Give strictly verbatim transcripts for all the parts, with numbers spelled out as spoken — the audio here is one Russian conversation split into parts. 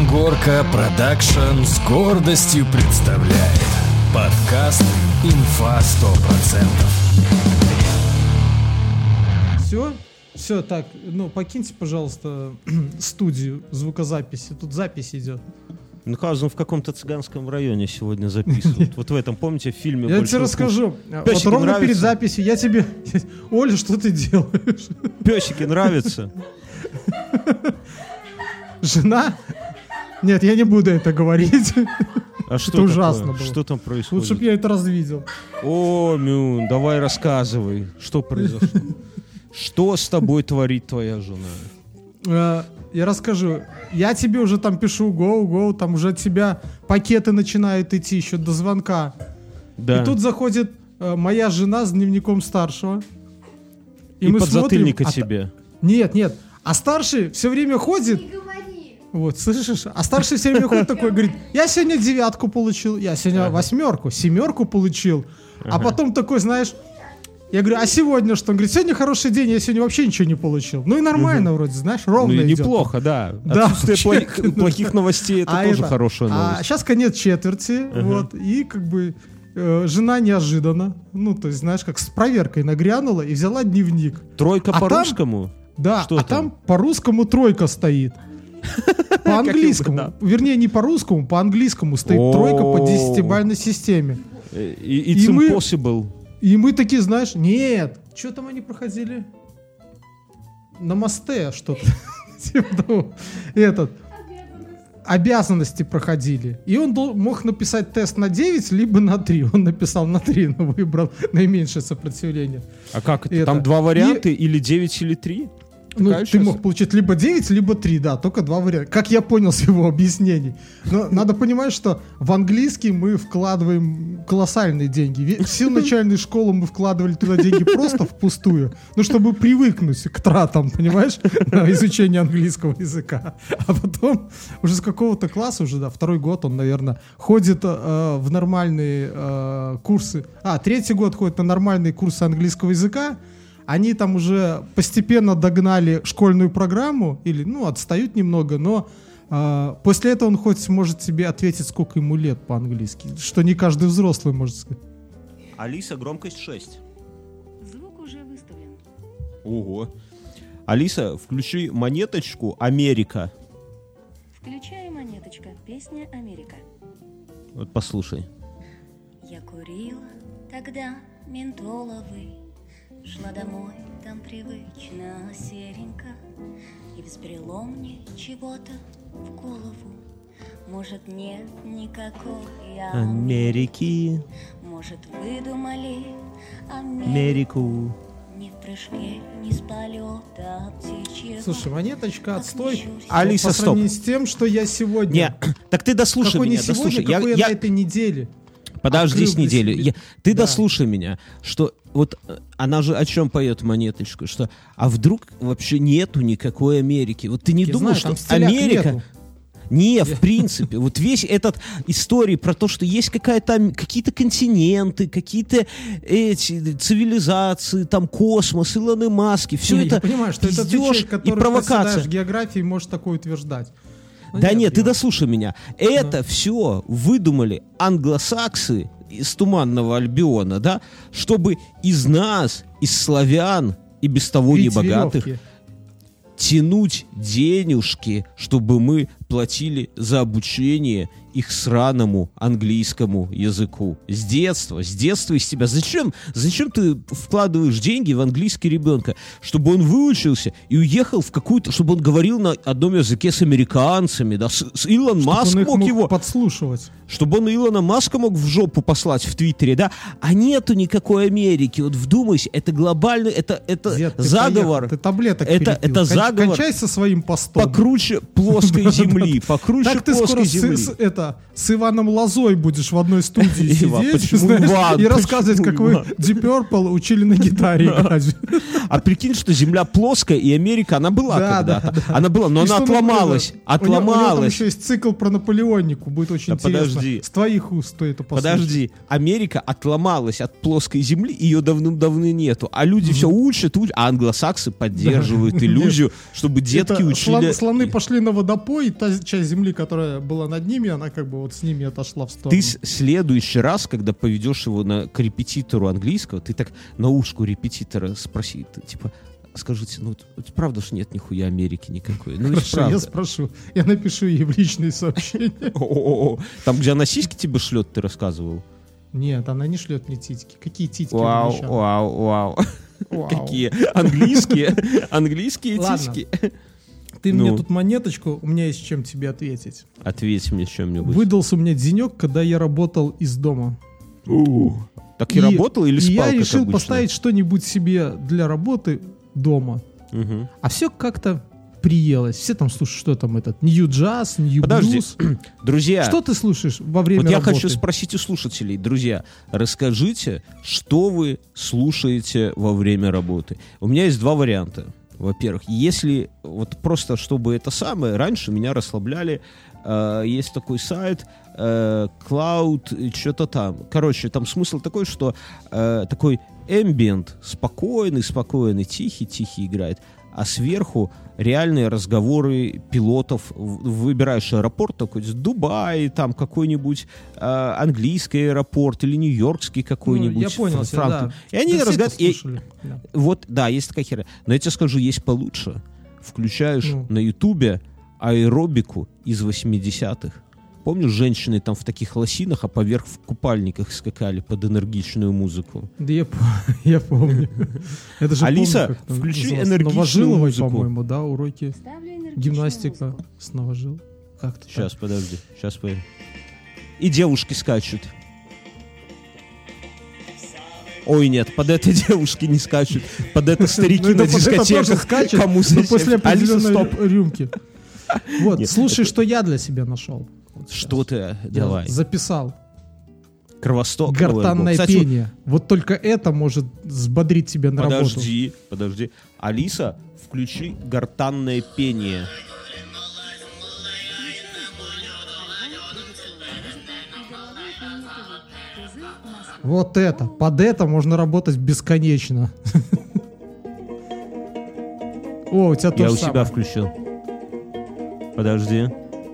Горка Продакшн с гордостью представляет подкаст «Инфа сто процентов». Все? Все, так, ну, покиньте, пожалуйста, студию звукозаписи. Тут запись идет. Мюнхгаузен в каком-то цыганском районе сегодня записывают. Вот в этом, помните, в фильме Я тебе расскажу. Вот ровно перед записью я тебе... Оля, что ты делаешь? Песики нравятся? Жена? Нет, я не буду это говорить. А что это ужасно было. Что там происходит? Лучше бы я это развидел. О, Мюн, давай рассказывай, что произошло. Что с тобой творит твоя жена? Я расскажу. Я тебе уже там пишу гоу, гоу, там уже от тебя пакеты начинают идти еще до звонка. Да. И тут заходит э, моя жена с дневником старшего. И, и мы подзатыльника смотрим, тебе. А, нет, нет. А старший все время ходит. Не говори. Вот, слышишь? А старший все время ходит такой, говорит, я сегодня девятку получил, я сегодня ага. восьмерку, семерку получил. Ага. А потом такой, знаешь... Я говорю, а сегодня что? Он говорит, сегодня хороший день, я сегодня вообще ничего не получил. Ну и нормально угу. вроде, знаешь, ровно ну, идет. Неплохо, да. да Отсутствие плохих, плохих новостей, это а тоже это, хорошая новость. А сейчас конец четверти, угу. вот, и как бы э, жена неожиданно, ну, то есть, знаешь, как с проверкой нагрянула и взяла дневник. Тройка а по-русскому? Там, да, что а там? там по-русскому тройка стоит. По-английскому, вернее, не по-русскому, по-английскому стоит тройка по десятибалльной системе. It's impossible. И мы такие, знаешь, нет, что там они проходили? На мосте что-то. Этот. Обязанности проходили. И он мог написать тест на девять, либо на три. Он написал на три, но выбрал наименьшее сопротивление. А как это? Там два варианта, или девять, или три? Ну, ты сейчас? Мог получить либо девять, либо три, да, только два варианта. Как я понял с его объяснений. Но надо понимать, что в английский мы вкладываем колоссальные деньги. Всю начальную школу мы вкладывали туда деньги просто впустую, ну, чтобы привыкнуть к тратам, понимаешь, на изучение английского языка. А потом уже с какого-то класса, уже, да, второй год он, наверное, ходит э, в нормальные э, курсы. А, третий год ходит на нормальные курсы английского языка. Они там уже постепенно догнали школьную программу, или, ну, отстают немного, но э, после этого он хоть сможет тебе ответить, сколько ему лет по-английски, что не каждый взрослый может сказать. Алиса, громкость шесть. Звук уже выставлен. Ого. Алиса, включи монеточку «Америка». Включаю монеточка. Песня «Америка». Вот послушай. Я курила тогда ментоловый. Шла домой, там привычно серенько, и взбрело мне чего-то в голову. Может, нет никакой Америки. Может, выдумали Америку. Ни в прыжке, ни с полета птичьего. Слушай, монеточка, отстой. Алиса, по сравнению стоп. с тем, что я сегодня... Нет, так ты дослушай какой меня. не сегодня, дослушай. какой я, я на этой неделе. Подожди с неделю. Я, ты да. дослушай меня, что вот она же о чем поет монеточку, что а вдруг вообще нету никакой Америки? Вот ты не я думал, знаю, что Америка... Нету. Не, в принципе, вот весь этот история про то, что есть какая-то, какие-то континенты, какие-то эти цивилизации, там космос, Илоны Маски, все не, это я понимаю, что это человек, который, и провокация. В географии можешь такое утверждать. Ну, да нет, нет ты дослушай меня. Это да. все выдумали англосаксы из Туманного Альбиона, да, чтобы из нас, из славян и без того Ведь небогатых веревки. Тянуть денежки, чтобы мы платили за обучение их сраному английскому языку. С детства, с детства из тебя. Зачем? Зачем ты вкладываешь деньги в английский ребенка? Чтобы он выучился и уехал в какую-то... Чтобы он говорил на одном языке с американцами, да? С, с Илон чтобы Маск мог, мог его... подслушивать. Чтобы он Илона Маска мог в жопу послать в Твиттере, да? А нету никакой Америки. Вот вдумайся, это глобальный... Это, это Дед, заговор. Ты, ты таблеток это, это заговор. Кончай со своим постом. Покруче плоской земли. Покруче так ты плоской скоро земли. С, с, это, с Иваном Лозой будешь в одной студии Ива, сидеть знаешь, Иван, и рассказывать, как вы Deep Purple учили на гитаре играть. А прикинь, что Земля плоская, и Америка, она была да, когда-то. Да, да. Она была, но и она отломалась. Отломалась. У него, у него там еще есть цикл про Наполеонику. Будет очень да интересно. Подожди. С твоих уст кто это послушает. Подожди. Америка отломалась от плоской Земли, ее давным-давно нету. А люди mm-hmm. все учат, учат, а англосаксы поддерживают иллюзию, чтобы детки учили... Слоны пошли на водопой, та часть земли, которая была над ними, она как бы вот с ними отошла в сторону. Ты в следующий раз, когда поведешь его на, к репетитору английского, ты так на ушку репетитора спроси, ты, типа, скажите, ну, это правда ж нет нихуя Америки никакой? Ну, ведь Хорошо, правда. я спрошу. Я напишу ей в личные сообщения. О-о-о. Там, где она сиськи тебе шлет, ты рассказывал? Нет, она не шлет мне титьки. Какие титьки? Вау, Миша? вау, вау. Вау. Какие? Английские? Английские Ладно. тиски? Ты Ну. мне тут монеточку, у меня есть чем тебе ответить. Ответь мне чем-нибудь. Выдался у меня денек, когда я работал из дома. Так и работал или и спал, я как решил обычно? поставить что-нибудь себе для работы дома. Мгм. А все как-то приелось. Все там слушают, что там этот, нью-джаз, Подожди, нью-блюз. друзья, Что ты слушаешь во время вот я работы? хочу спросить у слушателей, друзья, расскажите, что вы слушаете во время работы. У меня есть два варианта. Во-первых, если вот просто чтобы это самое, раньше меня расслабляли, э, есть такой сайт э, Cloud, что-то там. Короче, там смысл такой, что э, такой ambient, спокойный, спокойный, тихий, тихий играет, а сверху реальные разговоры пилотов. В- Выбираешь аэропорт такой, Дубай, там какой-нибудь э, английский аэропорт или нью-йоркский какой-нибудь. Ну, я понял Фр- тебя, Франкфурт. да. И они Да все это разговаривают. и- слушали, да. Вот, да, есть такая херня. Но я тебе скажу, есть получше. Включаешь Ну. на Ютубе аэробику из восьмидесятых. Помнишь, женщины там в таких лосинах, а поверх в купальниках скакали под энергичную музыку? Да я, по- я помню. Это же Алиса, помню, как там включи называлось. энергичную Новожиловой, музыку. по-моему, да, уроки. Ставлю энергичную Гимнастика музыку. с Новожил. Как-то Сейчас, так. подожди, сейчас поем. И девушки скачут. Ой, нет, под это девушки не скачут. Под это старики Ну, это на под это тоже дискотеках. скачет, Кому но зачем? после Алиса, определенной стоп. рю- рюмки. Вот, Нет, слушай, что я для себя нашел. Что ты? Я Давай. записал. Кровосток. новый альбом. Гортанное Кстати, пение. Вот только это может взбодрить тебя на работу. Подожди, подожди. Алиса, включи гортанное пение. Вот это. Под это можно работать бесконечно. О, у тебя Я тоже у себя включил. Подожди.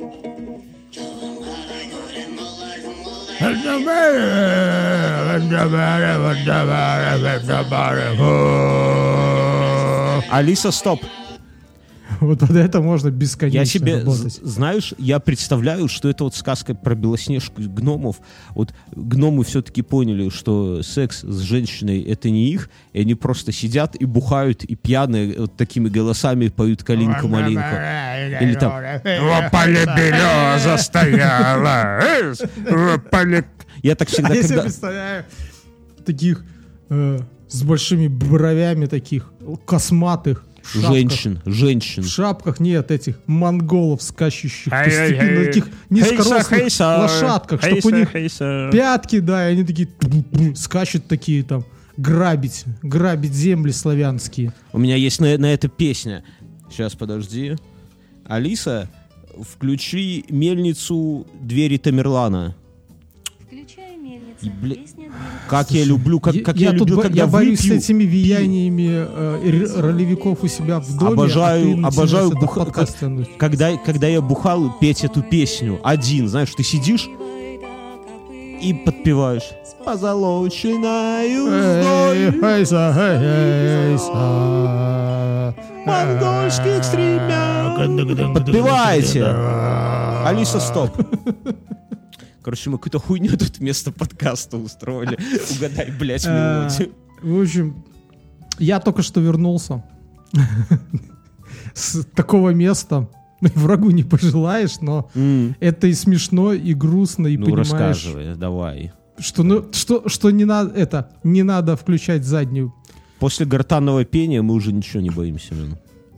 Алиса, стоп. Вот под это можно бесконечно Я себе, работать. з- знаешь, я представляю, что это вот сказка про Белоснежку и гномов. Вот гномы все-таки поняли, что секс с женщиной это не их, и они просто сидят и бухают, и пьяные вот такими голосами поют «Калинку-малинку». Или там «В поле береза стояла». в поле». Я так всегда, А я себе когда... представляю таких э, с большими бровями таких косматых в шапках. Женщин, женщин. В шапках нет этих монголов, скачущих по Ай-яй-яй. степи на таких низкорослых Хейса, хейса. лошадках, чтобы у Хейса, них хейса. пятки, да, и они такие скачут такие там, грабить, грабить земли славянские. У меня есть на, на это песня. Сейчас, подожди. Алиса, включи мельницу «Двери Тамерлана». Включай мельницу. И, бля- Песня «Двери». Как я люблю, как, как я, тут люблю, бо- когда я борюсь с выпью. этими влияниями э, р- ролевиков у себя в доме. Обожаю- а ты начинаешь обожаю это буха- в подкаст тянуть. Когда, когда я бухал, петь эту песню один, знаешь, ты сидишь и подпеваешь «Позолоченную Эй, вдоль хейса, эй, хейса. монгольских стремян». Подпевайте. Алиса, стоп. Короче, мы какую-то хуйню тут вместо подкаста устроили. Угадай, блядь, Э, мелодию. В общем, я только что вернулся с такого места. Врагу не пожелаешь, но М, это и смешно, и грустно, и Ну, понимаешь, рассказывай, давай. что, ну, что, что не надо, это, не надо включать заднюю. После гортанного пения мы уже ничего не боимся. блин.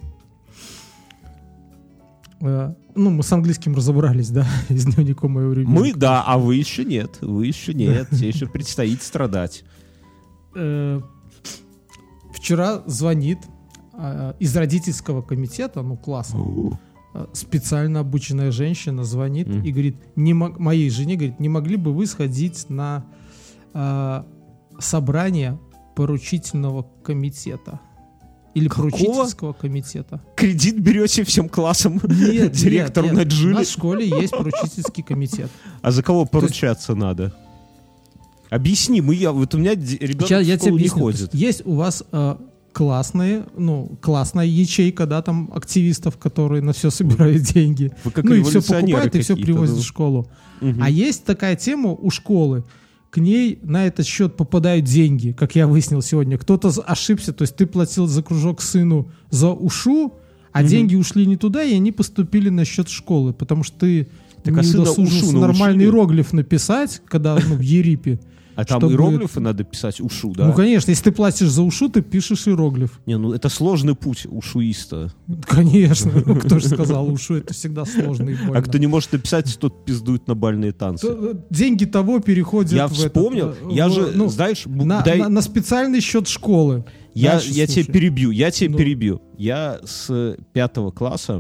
Э, ну, мы с английским разобрались, да, из дневника моего ребенка. Мы, да, а вы еще нет. Вы еще нет. Тебе еще предстоит страдать. Э, вчера звонит э, из родительского комитета, ну, класса, э, специально обученная женщина звонит Мгм. и говорит, не мог- моей жене, говорит, не могли бы вы сходить на э, собрание поручительного комитета? или Какого? поручительского комитета. Кредит берете всем классом? Нет, Директор нет, нет. наджили? У нас в школе есть поручительский комитет. А за кого поручаться надо? Объясни, мы, я, вот у меня д- ребенок Сейчас в я тебе школу не объясню. ходит. Есть у вас э, классные, ну, классная ячейка, да, там активистов, которые на все собирают деньги. Вы как Ну и все революционеры покупают, и все какие-то, привозят да. в школу. Мгм. А есть такая тема у школы. К ней на этот счет попадают деньги, как я выяснил сегодня. Кто-то з- ошибся, то есть ты платил за кружок сыну за ушу, а Мгм. деньги ушли не туда, и они поступили на счет школы, потому что ты Так, а не сына удосужился ушу нормальный научили? иероглиф написать, когда ну, в Ерипе. А там чтобы- иероглифы надо писать ушу, да? Ну, конечно, если ты платишь за ушу, ты пишешь иероглиф. Не, ну это сложный путь ушуиста. Конечно. Ну, кто же сказал, ушу это всегда сложно и больно. А кто не может написать, тот пиздует на бальные танцы. То, э, деньги того переходят Я в вспомнил, этот, э, я в- же, ну, знаешь, бу- на, дай- на- на специальный счет школы. я, Дальше я слушай. тебе перебью, я тебе Ну. перебью. Я с пятого класса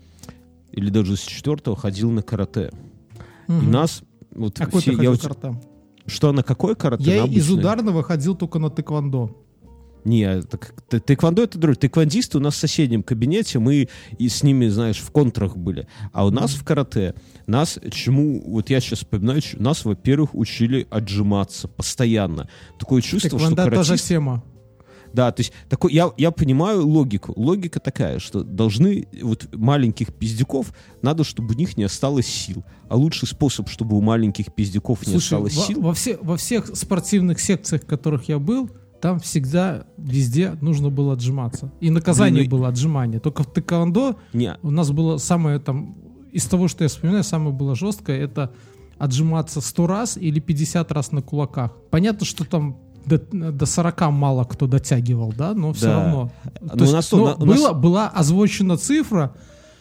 или даже с четвертого ходил на карате. И Мгм. нас вот А какой все, ты я ходил вот- карате? что на какой карате? Я На из обычное? ударного ходил только на тэквондо. Не, так, т- тэквондо это другое. Тэквондисты у нас в соседнем кабинете, мы и с ними, знаешь, в контрах были. А у нас в карате, нас чему, вот я сейчас вспоминаю, ч- нас, во-первых, учили отжиматься постоянно. Такое чувство, что Тэквондо тоже каратист... тема. Да, то есть такой, я, я понимаю логику. Логика такая, что должны вот маленьких пиздюков, надо, чтобы у них не осталось сил. А лучший способ, чтобы у маленьких пиздюков не Слушай, осталось во, сил... во все- во всех спортивных секциях, в которых я был, там всегда везде нужно было отжиматься. И наказание Блин, ну- было отжимание. Только в тэквондо Не, у нас было самое там, из того, что я вспоминаю, самое было жесткое, это отжиматься сто раз или пятьдесят раз на кулаках. Понятно, что там до, до сорока мало кто дотягивал, да, но все Да. равно. Ну, То есть, у нас то, ну, на- у нас- было, была озвучена цифра,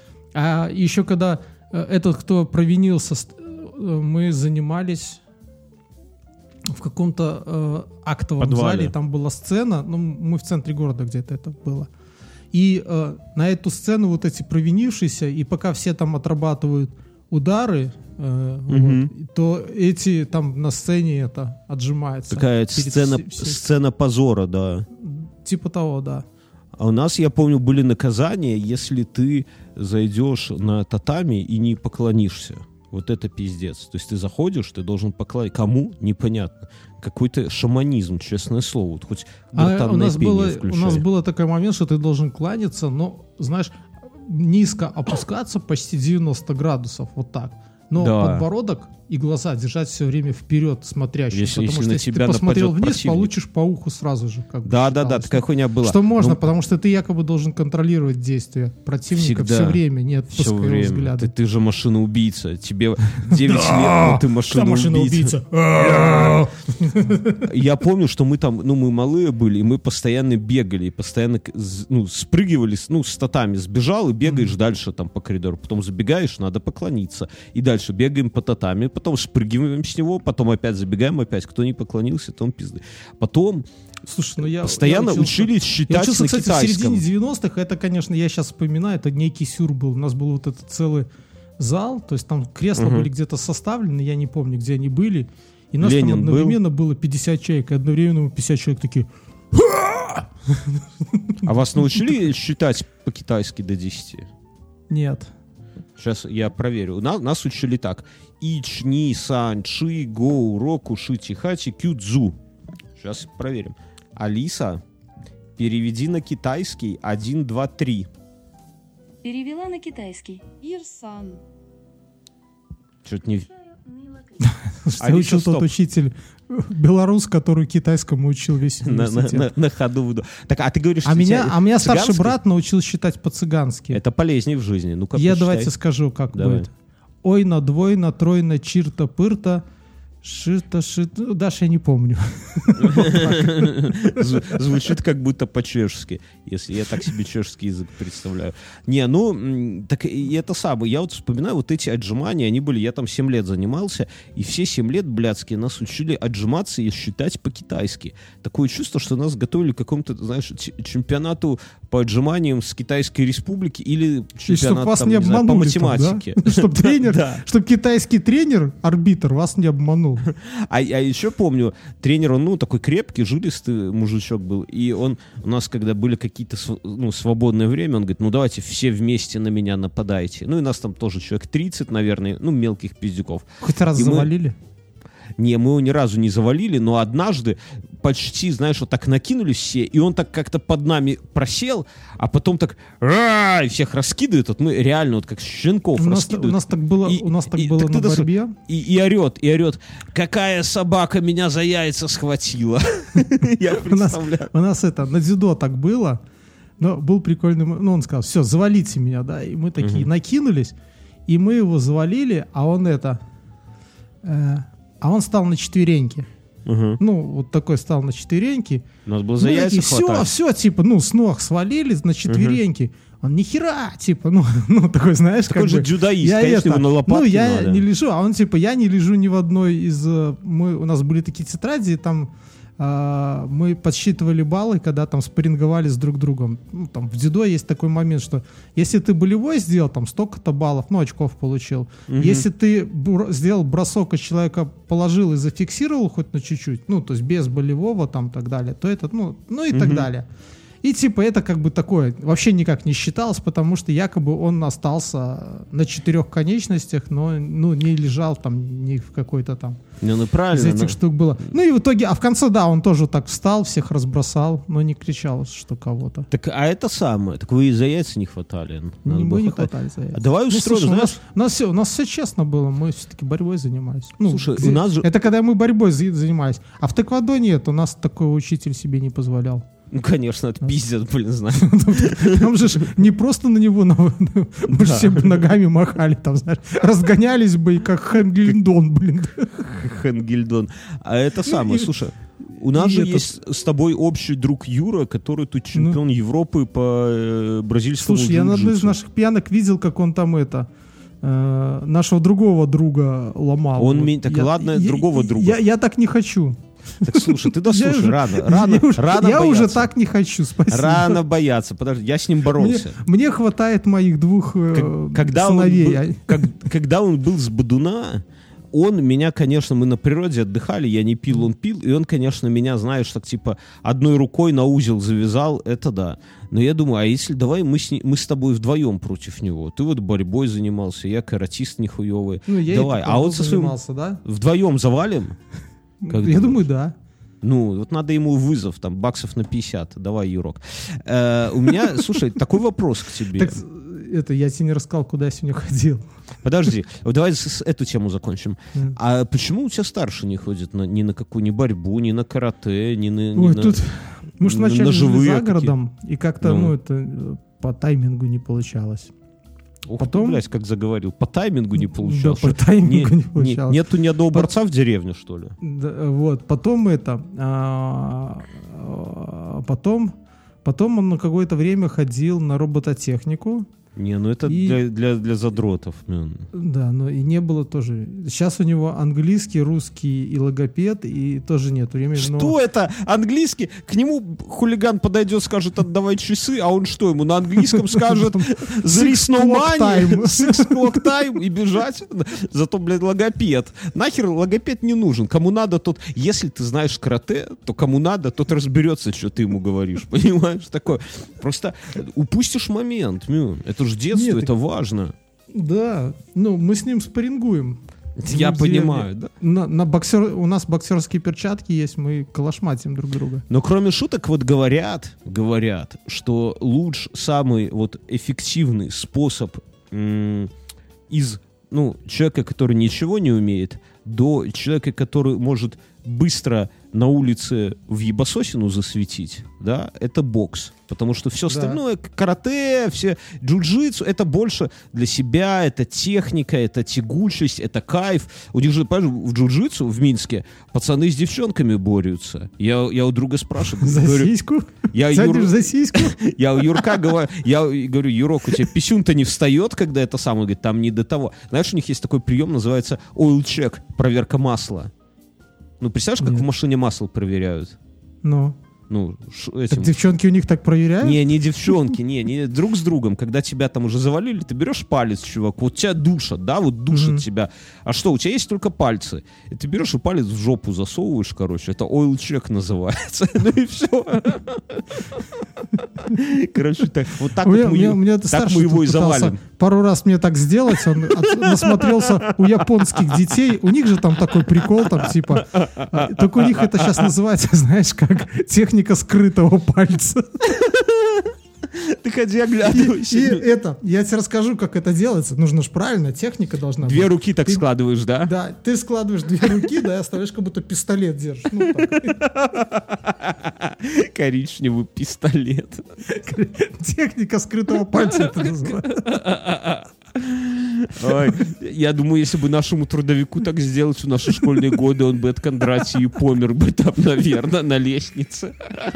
а еще когда э, этот, кто провинился, ст- э, мы занимались в каком-то э, актовом Подвале. зале, там была сцена, ну, мы в центре города где-то это было. И э, на эту сцену вот эти провинившиеся, и пока все там отрабатывают удары, э, Мгм. вот, то эти там на сцене это отжимаются. такая перед сцена, все- все- сцена позора, да. Типа того, да. А у нас, я помню, были наказания, если ты зайдешь на татами и не поклонишься. Вот это пиздец. То есть ты заходишь, ты должен поклониться. Кому? Непонятно. Какой-то шаманизм, честное слово. Вот хоть А у гортанное нас, пение было, у включай. нас был такой момент, что ты должен кланяться, но, знаешь, низко опускаться почти девяносто градусов, вот так. Но Да. подбородок и глаза держать все время вперед, смотрящие. Если- потому если что на если тебя ты посмотрел нападет вниз, противник. получишь по уху сразу же. Как бы Да, да, да, считалось. такая хуйня была. Что можно, Ну, потому что ты якобы должен контролировать действия противника Всегда. все время, не все отпуская его время. взгляда. Ты, ты же машина-убийца. Тебе девять лет, но ты машина-убийца. Я помню, что мы там, ну, мы малые были, и мы постоянно бегали, и постоянно, к- з- ну, спрыгивали, с- ну, с татами. Сбежал и бегаешь дальше там по коридору. Потом забегаешь, надо поклониться. И дальше бегаем по татами, потом спрыгиваем с него, потом опять забегаем, опять. Кто не поклонился, том пизды. Потом Слушай, ну я постоянно я учился- учились Я считать учился, на кстати, в китайском. середине девяностых, это, конечно, я сейчас вспоминаю, это некий сюр был. У нас был вот этот целый зал, то есть там кресла Мгм. были где-то составлены, я не помню, где они были. И нас Ленин там был? одновременно было пятьдесят человек, и одновременно мы пятьдесят человек такие... А вас научили считать по-китайски до десяти? Нет. Сейчас я проверю. У нас, нас учили так. Ич, ни, сан, чи, гоу, року, ши, тихати, кю, дзу. Сейчас проверим. Алиса, переведи на китайский один, два, три. Перевела на китайский. Ирсан. Что-то не... Слушайте, Алиса, учил тот стоп. учитель белорус, который китайскому учил весь На, на- университет. на- на ходу выйду. Так, а ты говоришь, А что меня, тебя а меня старший цыганский? брат научил считать по-цыгански. Это полезнее в жизни. Ну-ка, Я посчитай. давайте скажу, как Давай. будет. Ойна, двойна, тройна, чирта, пырта, ширта, ширта. Ну, Дальше я не помню. Зв- Звучит как будто по-чешски, если я так себе чешский язык представляю. Не, ну, м, так и это самое. Я вот вспоминаю вот эти отжимания, они были, я там семь лет занимался, и все семь лет, блядские, нас учили отжиматься и считать по-китайски. Такое чувство, что нас готовили к какому-то, знаешь, ч- чемпионату по отжиманиям с Китайской Республики или И чтобы чемпионат вас там, не не знаю, по обманули там, математике. да? Чтобы тренер, Да. чтобы китайский тренер, арбитр вас не обманул. был. А, а еще помню, тренер, он, ну, такой крепкий, жилистый мужичок был, и он, у нас, когда были какие-то, ну, свободное время, он говорит, ну, давайте все вместе на меня нападайте. Ну, и нас там тоже человек тридцать, наверное, ну, мелких пиздюков. Хоть раз И мы- завалили? Не, мы его ни разу не завалили, но однажды почти, знаешь, вот так накинулись все, и он так как-то под нами просел, а потом так «Ра!» и всех раскидывает. Вот мы реально вот как щенков У нас, раскидывают. у нас так было, И- у нас так и- было так на ты дос- борьбе. И, и орет, и орет, какая собака меня за яйца схватила. Я У нас, представляю. у нас это, на дзюдо так было, но был прикольный, м- ну, он сказал, все, завалите меня, да, и мы такие накинулись, и мы его завалили, а он это, э, а он стал на четвереньки. Мгм. Ну, вот такой стал на четвереньки. Надо было за Мы яйца такие, все, хватать. все, типа, ну, с ног свалились на четвереньки. Он нихера, типа, ну, ну такой, знаешь, Такой как же бы, дзюдоист, я конечно, это, его на лопатки ну, я надо. не лежу, а он, типа, я не лежу ни в одной из, э, мы, у нас были такие тетради, там а, мы подсчитывали баллы, когда там спарринговали с друг другом. Ну, там в дзюдо есть такой момент, что если ты болевой сделал, там столько-то баллов, ну, очков получил. Мгм. Если ты бур- сделал бросок, и человека положил и зафиксировал хоть на чуть-чуть, ну, то есть без болевого там так далее, то это, ну, ну и так Мгм. далее. И типа это как бы такое вообще никак не считалось, потому что якобы он остался на четырех конечностях, но ну, не лежал там ни в какой-то там Ну, ну, из правильно. этих ну. штук было. Ну и в итоге, а в конце, да, он тоже так встал, всех разбросал, но не кричал, что кого-то. Так, а это самое. Так вы и за яйца не хватали. Надо Мы было не хватать. хватали за это. А давай Ну, устроим, слушай, у знаешь... нас, у, нас все, у нас все честно было, мы все-таки борьбой занимались. Ну, Слушай, где- у нас же- Это когда мы борьбой за- занимались. А в тэквондо нет, у нас такой учитель себе не позволял. Ну, конечно, это пиздец, блин, знаю. Там же ж не просто на него, на- мы же все бы ногами махали, там, знаешь, разгонялись бы, и как Хэнгельдон, блин. Хенгельдон. А это самое, и- слушай, у нас и же этот- есть с тобой общий друг Юра, который тут чемпион Европы по э, бразильскому Слушай, я на одной из джиу-джитсу. наших пьянок видел, как он там это э, нашего другого друга ломал. Он Вот ми- так я- ладно, я- другого друга. Я, я так не хочу. Так слушай, ты дослушай, Я уже- рано, рано, я уже, рано я уже бояться. так не хочу, спасибо. Рано бояться, подожди, я с ним Мне, боролся. мне хватает моих двух э, Как- когда, он сыновей. был, а- как- когда он был с Бодуна, он меня, конечно, мы на природе отдыхали, я не пил, он пил, и он, конечно, меня, знаешь, так типа одной рукой на узел завязал, это да. Но я думаю, а если давай мы с, не- мы с тобой вдвоем против него? Ты вот борьбой занимался, я каратист нехуевый. Ну, я и Давай, а вот со своим занимался, да? вдвоем завалим? Как Я думаешь? думаю, да. Ну, вот надо ему вызов, там, баксов на пятьдесят. Давай, Юрок. Э, у меня, слушай, такой вопрос к тебе. Так, это я тебе не рассказал, куда я сегодня ходил. Подожди, вот давай с- с эту тему закончим. Мгм. А почему у тебя старшие не ходят на, ни на какую, ни борьбу, ни на карате, ни на... ни Ой, на- тут мы же на вначале жили живые за городом, и как-то, Ну. ну, это э, по таймингу не получалось. Ох, потом- ты, блядь, как заговорил. По таймингу не Да, получалось. по Что, таймингу не не- получалось. Нету ни одного борца в деревне, что ли? Да, вот, потом это, а, а, потом, потом он на какое-то время ходил на робототехнику, Не, ну это И- для, для, для задротов. Мен. да, но и не было тоже. Сейчас у него английский, русский и логопед, и тоже нет времени. но- Что это? Английский? К нему хулиган подойдет, скажет, отдавай часы, а он что, ему на английском скажет «There is no o'clock money», time. «Six o'clock time» и бежать? Зато, блядь, логопед. Нахер логопед не нужен. Кому надо, тот... Если ты знаешь карате, то кому надо, тот разберется, что ты ему говоришь. Понимаешь? Такое. Просто упустишь момент, Мюн. Это же детство, Нет, это важно. Да, ну мы с ним спаррингуем. Я Ну, в деревне. понимаю, да. На, на боксер, у нас боксерские перчатки есть, мы калашматим друг друга. Но кроме шуток, вот говорят, говорят, что лучше самый вот эффективный способ м, из ну, человека, который ничего не умеет, до человека, который может быстро на улице в ебасосину засветить, да, это бокс. Потому что все Да. остальное, карате, все джиу-джитсу, это больше для себя, это техника, это тягучесть, это кайф. У них же, понимаешь, в джиу-джитсу в Минске пацаны с девчонками борются. Я, я у друга спрашиваю, За говорю, сиську? я, Сядешь Юр- за сиську? я у Юрка говорю, я говорю, Юрок, у тебя писюн-то не встает, когда это самое, говорит, там не до того. Знаешь, у них есть такой прием, называется oil check, проверка масла. Ну, представляешь, как Нет. в машине масло проверяют? Ну, Ну, ш, Так этим... девчонки у них так проверяют? Не, не девчонки, не, не друг с другом. Когда тебя там уже завалили, ты берешь палец, чувак, вот тебя душат, да, вот душат Мгм. тебя. А что, у тебя есть только пальцы. И ты берешь и палец в жопу засовываешь, короче. Это oil check называется. Ну и все. Короче, так, вот так У меня- вот у меня- у мы, меня так старший мы его тут и пытался завалим. пару раз мне так сделать, он от- насмотрелся у японских детей, у них же там такой прикол, там типа, а, только у них это сейчас называется, знаешь, как техника скрытого пальца. Ты ходи И, оглядывайся. и это, я тебе расскажу, как это делается. Нужно же правильно, техника должна быть. Две руки так Ты- складываешь, да? Да, ты складываешь две руки, да, и оставляешь, как будто пистолет держишь. Ну, так. Коричневый пистолет. Техника скрытого пальца это называется. Ой, я думаю, если бы нашему трудовику так сделать в наши школьные годы, он бы от Кондратии помер бы там, наверное, на лестнице.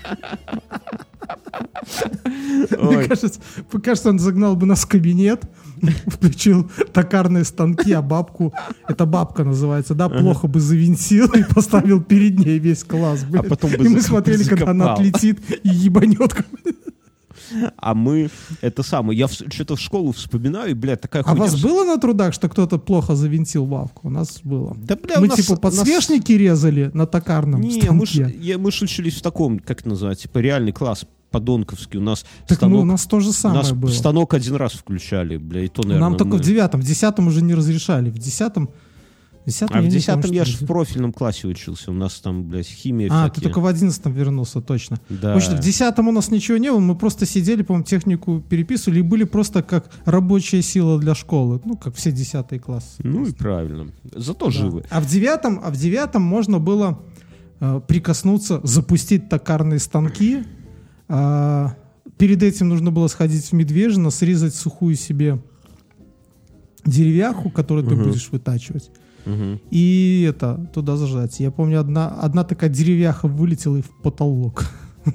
Мне Ой. кажется, кажется, он загнал бы нас в кабинет, включил токарные станки, а бабку, это бабка называется, да, плохо бы завинтил и поставил перед ней весь класс, блядь. потом бы И мы закоп- смотрели, когда она закопал. отлетит и ебанет. А мы, это самое, я в- что-то в школу вспоминаю, и, блядь, такая А у хуйня. вас было на трудах, что кто-то плохо завинтил бабку? У нас было. Да, бля, у Мы нас- типа у нас- подсвечники резали на токарном Не, мы, ж, станке. я- мы ж учились в таком, как это называется, типа реальный класс, подонковский. У нас Так ну, станок, у нас то же у самое нас было. станок один раз включали, бля, и то, наверное, Нам только мы- в девятом, в десятом уже не разрешали. В десятом... В десятом А в я не помню, десятом что я же разрешали. в профильном классе учился. У нас там, блядь, химия А, всякие. ты только в одиннадцатом вернулся, точно. Да. Потому что в десятом у нас ничего не было, мы просто сидели, по-моему, технику переписывали и были просто как рабочая сила для школы. Ну, как все десятые классы. Ну и правильно. Зато Да. живы. А в девятом, а в девятом можно было э, прикоснуться, запустить токарные станки. А, перед этим нужно было сходить в Медвежино, срезать сухую себе деревяху, которую ты Мгм. будешь вытачивать. Мгм. И это, туда зажать. Я помню, одна, одна такая деревяха вылетела и в потолок.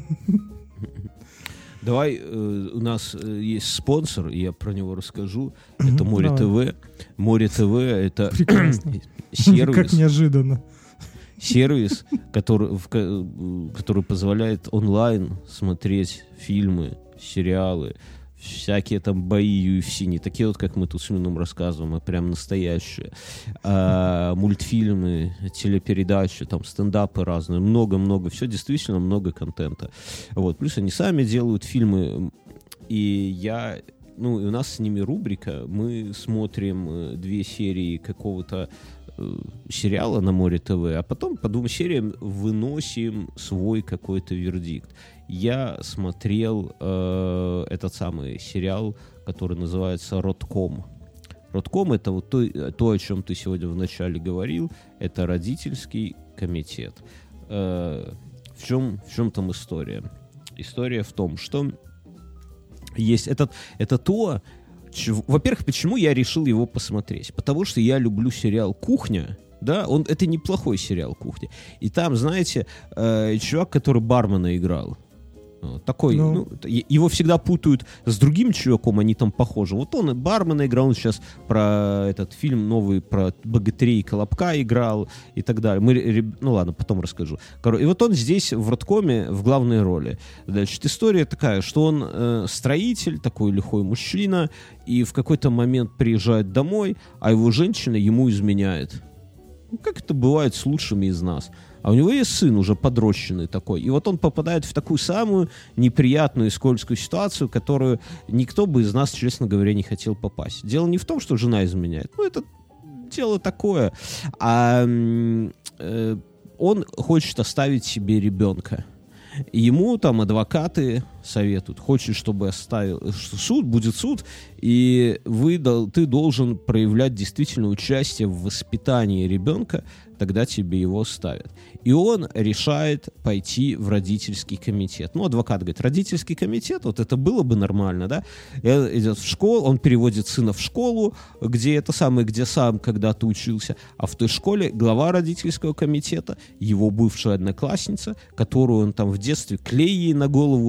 Давай, э, у нас э, есть спонсор, и я про него расскажу. Это Море давай. ТВ. Море ТВ — это Прекрасно. Как сервис, неожиданно. сервис, который, в ко- который позволяет онлайн смотреть фильмы, сериалы, всякие там бои ю эф си, не такие вот, как мы тут с Мином рассказываем, а прям настоящие. А, мультфильмы, телепередачи, там стендапы разные, много-много, все действительно много контента. Вот. Плюс они сами делают фильмы, и я... Ну, и у нас с ними рубрика, мы смотрим э, две серии какого-то э, сериала на Море ТВ, а потом по двум сериям выносим свой какой-то вердикт. Я смотрел э, этот самый сериал, который называется «Родком». «Родком» — это вот то, то, о чем ты сегодня вначале говорил, это родительский комитет. Э, в чем, в чем там история? История в том, что есть этот, это то, чего, во-первых, почему я решил его посмотреть? Потому что я люблю сериал «Кухня». Да, он, это неплохой сериал «Кухня». И там, знаете, э, чувак, который бармена играл, вот такой, Ну. ну, е- его всегда путают с другим чуваком, они там похожи. Вот он и бармена играл, он сейчас про этот фильм новый, про богатырей и Колобка играл и так далее. Мы, ре- ну ладно, потом расскажу. Коро- И вот он здесь в «Родкоме» в главной роли. Значит, история такая, что он э, строитель, такой лихой мужчина, и в какой-то момент приезжает домой, а его женщина ему изменяет. Ну, как это бывает с лучшими из нас. А у него есть сын уже подрощенный такой. И вот он попадает в такую самую неприятную и скользкую ситуацию, которую никто бы из нас, честно говоря, не хотел попасть. Дело не в том, что жена изменяет. Ну, это дело такое. А м, э, он хочет оставить себе ребенка. И ему там адвокаты советуют, хочет, чтобы оставил, что суд, будет суд, и вы, дол- ты должен проявлять действительно участие в воспитании ребенка, тогда тебе его ставят. И он решает пойти в родительский комитет. Ну, адвокат говорит, родительский комитет, вот это было бы нормально, да? И он идет в школу, он переводит сына в школу, где это самое, где сам когда-то учился, а в той школе глава родительского комитета, его бывшая одноклассница, которую он там в детстве клей ей на голову разлил. Ну,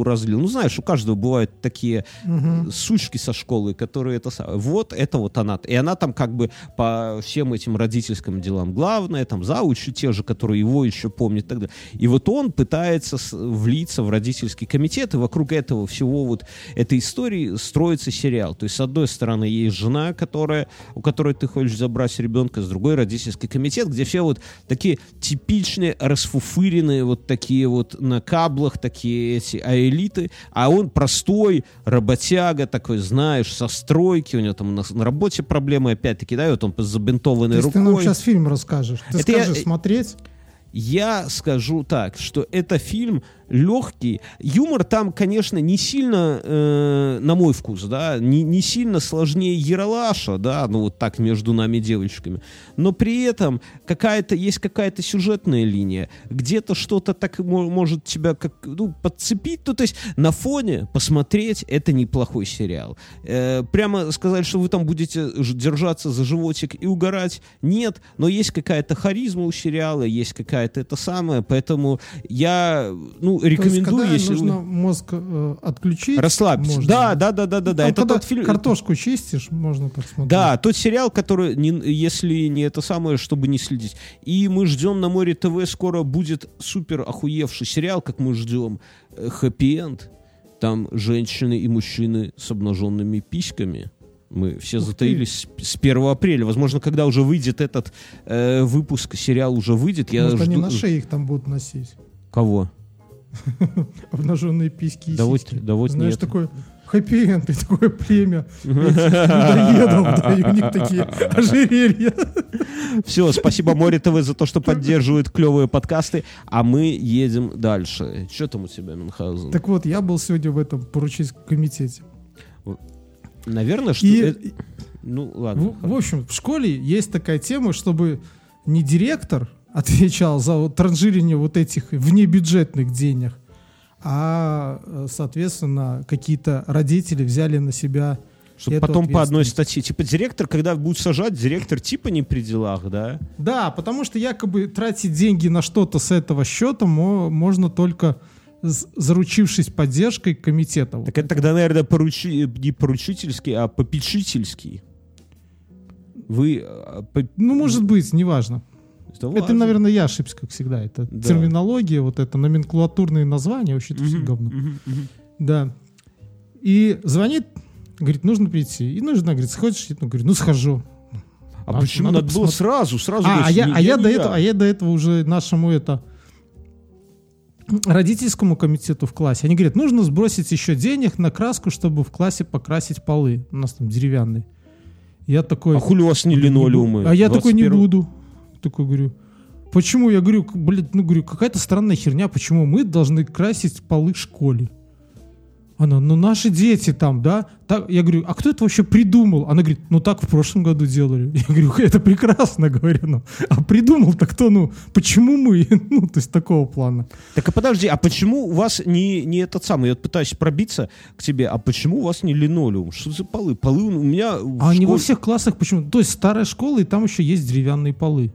Ну, знаешь, у каждого бывают такие Мгм. сучки со школы, которые это самое. Вот это вот она. И она там как бы по всем этим родительским делам главная, там заучи те же, которые его еще помнят и так далее. И вот он пытается с- влиться в родительский комитет, и вокруг этого всего вот этой истории строится сериал. То есть, с одной стороны, есть жена, которая, у которой ты хочешь забрать ребенка, с другой родительский комитет, где все вот такие типичные расфуфыренные вот такие вот на каблах, такие эти аэлиты, а он простой работяга такой, знаешь, со стройки, у него там на, на работе проблемы, опять-таки, да, и вот он с забинтованной То есть ты рукой. нам сейчас фильм расскажешь. Ты Это я- скажи, смотреть? Я скажу так, что это фильм легкий. Юмор там, конечно, не сильно, э, на мой вкус, да, не, не сильно сложнее Ералаша, да, ну вот так между нами девочками. Но при этом какая-то, есть какая-то сюжетная линия, где-то что-то так мо- может тебя как, ну, подцепить. Ну, то есть на фоне посмотреть это неплохой сериал. Э, прямо сказать, что вы там будете ж- держаться за животик и угорать, нет, но есть какая-то харизма у сериала, есть какая-то это самое, поэтому я, ну, То есть, рекомендую, когда если нужно вы... мозг э, отключить, Расслабьтесь. можно. Да, да, да, да, да, да. Там, Это когда тот фильм. картошку чистишь, можно так смотреть. Да, тот сериал, который, не, если не это самое, чтобы не следить. И мы ждем на Море ТВ, скоро будет супер охуевший сериал, как мы ждем, э, «Хэппи-энд». Там женщины и мужчины с обнаженными письками. Мы все Ух затаились с, с первого апреля. Возможно, когда уже выйдет этот э, выпуск, сериал уже выйдет. Я Может, они жду... на шее их там будут носить. Кого? Обнаженные письки и Да вот- сиськи. да вот Знаешь, нет. такое хэппи-энд и такое племя людоедов, да, и у них такие ожерелья. Все, спасибо Море ТВ за то, что поддерживает клевые подкасты, а мы едем дальше. Что там у тебя, Мюнхгаузен? Так вот, я был сегодня в этом поручительском комитете. Наверное, что... И, это- Ну, ладно. в, в общем, в школе есть такая тема, чтобы не директор отвечал за вот транжирение вот этих внебюджетных денег, а, э, соответственно, какие-то родители взяли на себя Чтобы эту потом по одной ответственность. статье. Типа директор, когда будет сажать, директор типа не при делах, да? Да, потому что якобы тратить деньги на что-то с этого счета мо- можно только с- заручившись поддержкой комитета. Так это тогда, наверное, поручи... не поручительский, а попечительский. Вы... а, по- Ну, может быть, неважно. Да Это, ладно. наверное, я ошибся, как всегда. Это Да. терминология, вот это номенклатурные названия, вообще это все Мгм, говно. мгм, мгм. Да. И звонит, говорит, нужно прийти. И нужно, говорит, сходишь? Я говорю, ну, схожу. А Надо- почему надо надо было посмотреть. сразу? Сразу А, а говоришь, я, не- а я не до этого, а я до этого уже нашему это родительскому комитету в классе. Они говорят, нужно сбросить еще денег на краску, чтобы в классе покрасить полы. У нас там деревянные. Я такой... А хули у вас не не линолеумы? буду. А я такой не двадцать первого буду. Такой говорю. Почему? Я говорю, к- блядь, ну говорю, какая-то странная херня, почему мы должны красить полы в школе? Она, ну наши дети там, да? Так, я говорю, а кто это вообще придумал? Она говорит, ну так в прошлом году делали. Я говорю, это прекрасно, говорю, ну. А придумал-то кто, ну, почему мы? Ну, то есть такого плана. Так а подожди, а почему у вас не, не этот самый, я вот пытаюсь пробиться к тебе, а почему у вас не линолеум? Что за полы? Полы у меня... в А они во школе- всех классах почему? То есть старая школа, и там еще есть деревянные полы.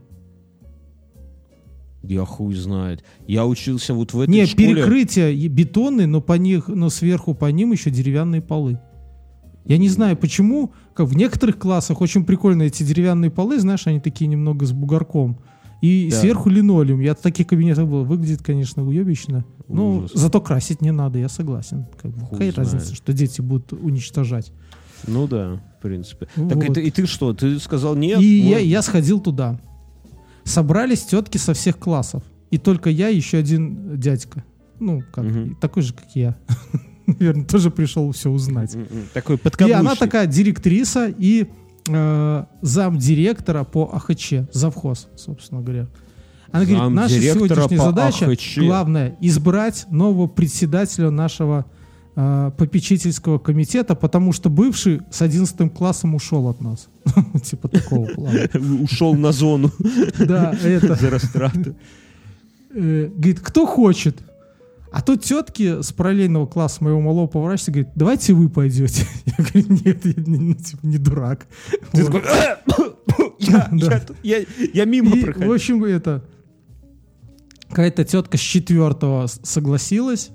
Я хуй знает. Я учился вот в этой Не, школе... перекрытия и бетонные, но по них, но сверху по ним еще деревянные полы. Я не знаю, почему, как в некоторых классах очень прикольно эти деревянные полы, знаешь, они такие немного с бугорком. И Да. сверху линолеум. Я в таких кабинетах был. Выглядит, конечно, уебищно. Но Ужас. зато красить не надо, я согласен. Как бы, Хуй какая знает. разница, что дети будут уничтожать. Ну да, в принципе. Вот. Так и ты, и ты что, ты сказал нет? И Ну, я, я сходил туда. Собрались тетки со всех классов. И только я и еще один дядька. Ну, как, Мгм. такой же, как я. Наверное, тоже пришел все узнать. м-м, Такой И подкаблучник. она такая директриса и э, замдиректора по АХЧ, завхоз, собственно говоря. Она говорит, наша Замдиректора сегодняшняя по задача, АХЧ. главное, избрать нового председателя нашего э, попечительского комитета, потому что бывший с одиннадцатым классом ушел от нас. Типа такого плана. Ушел на зону Да, это. за растраты. Э, Говорит, кто хочет? А тут тетки с параллельного класса моего малого поворачиваются и говорят, давайте вы пойдете. Я говорю, нет, я не, ну, типа, не дурак. Ты Вот. такой, я, Да. я тут- я- я мимо И, в проходил. общем, это какая-то тетка с четвертого с- согласилась.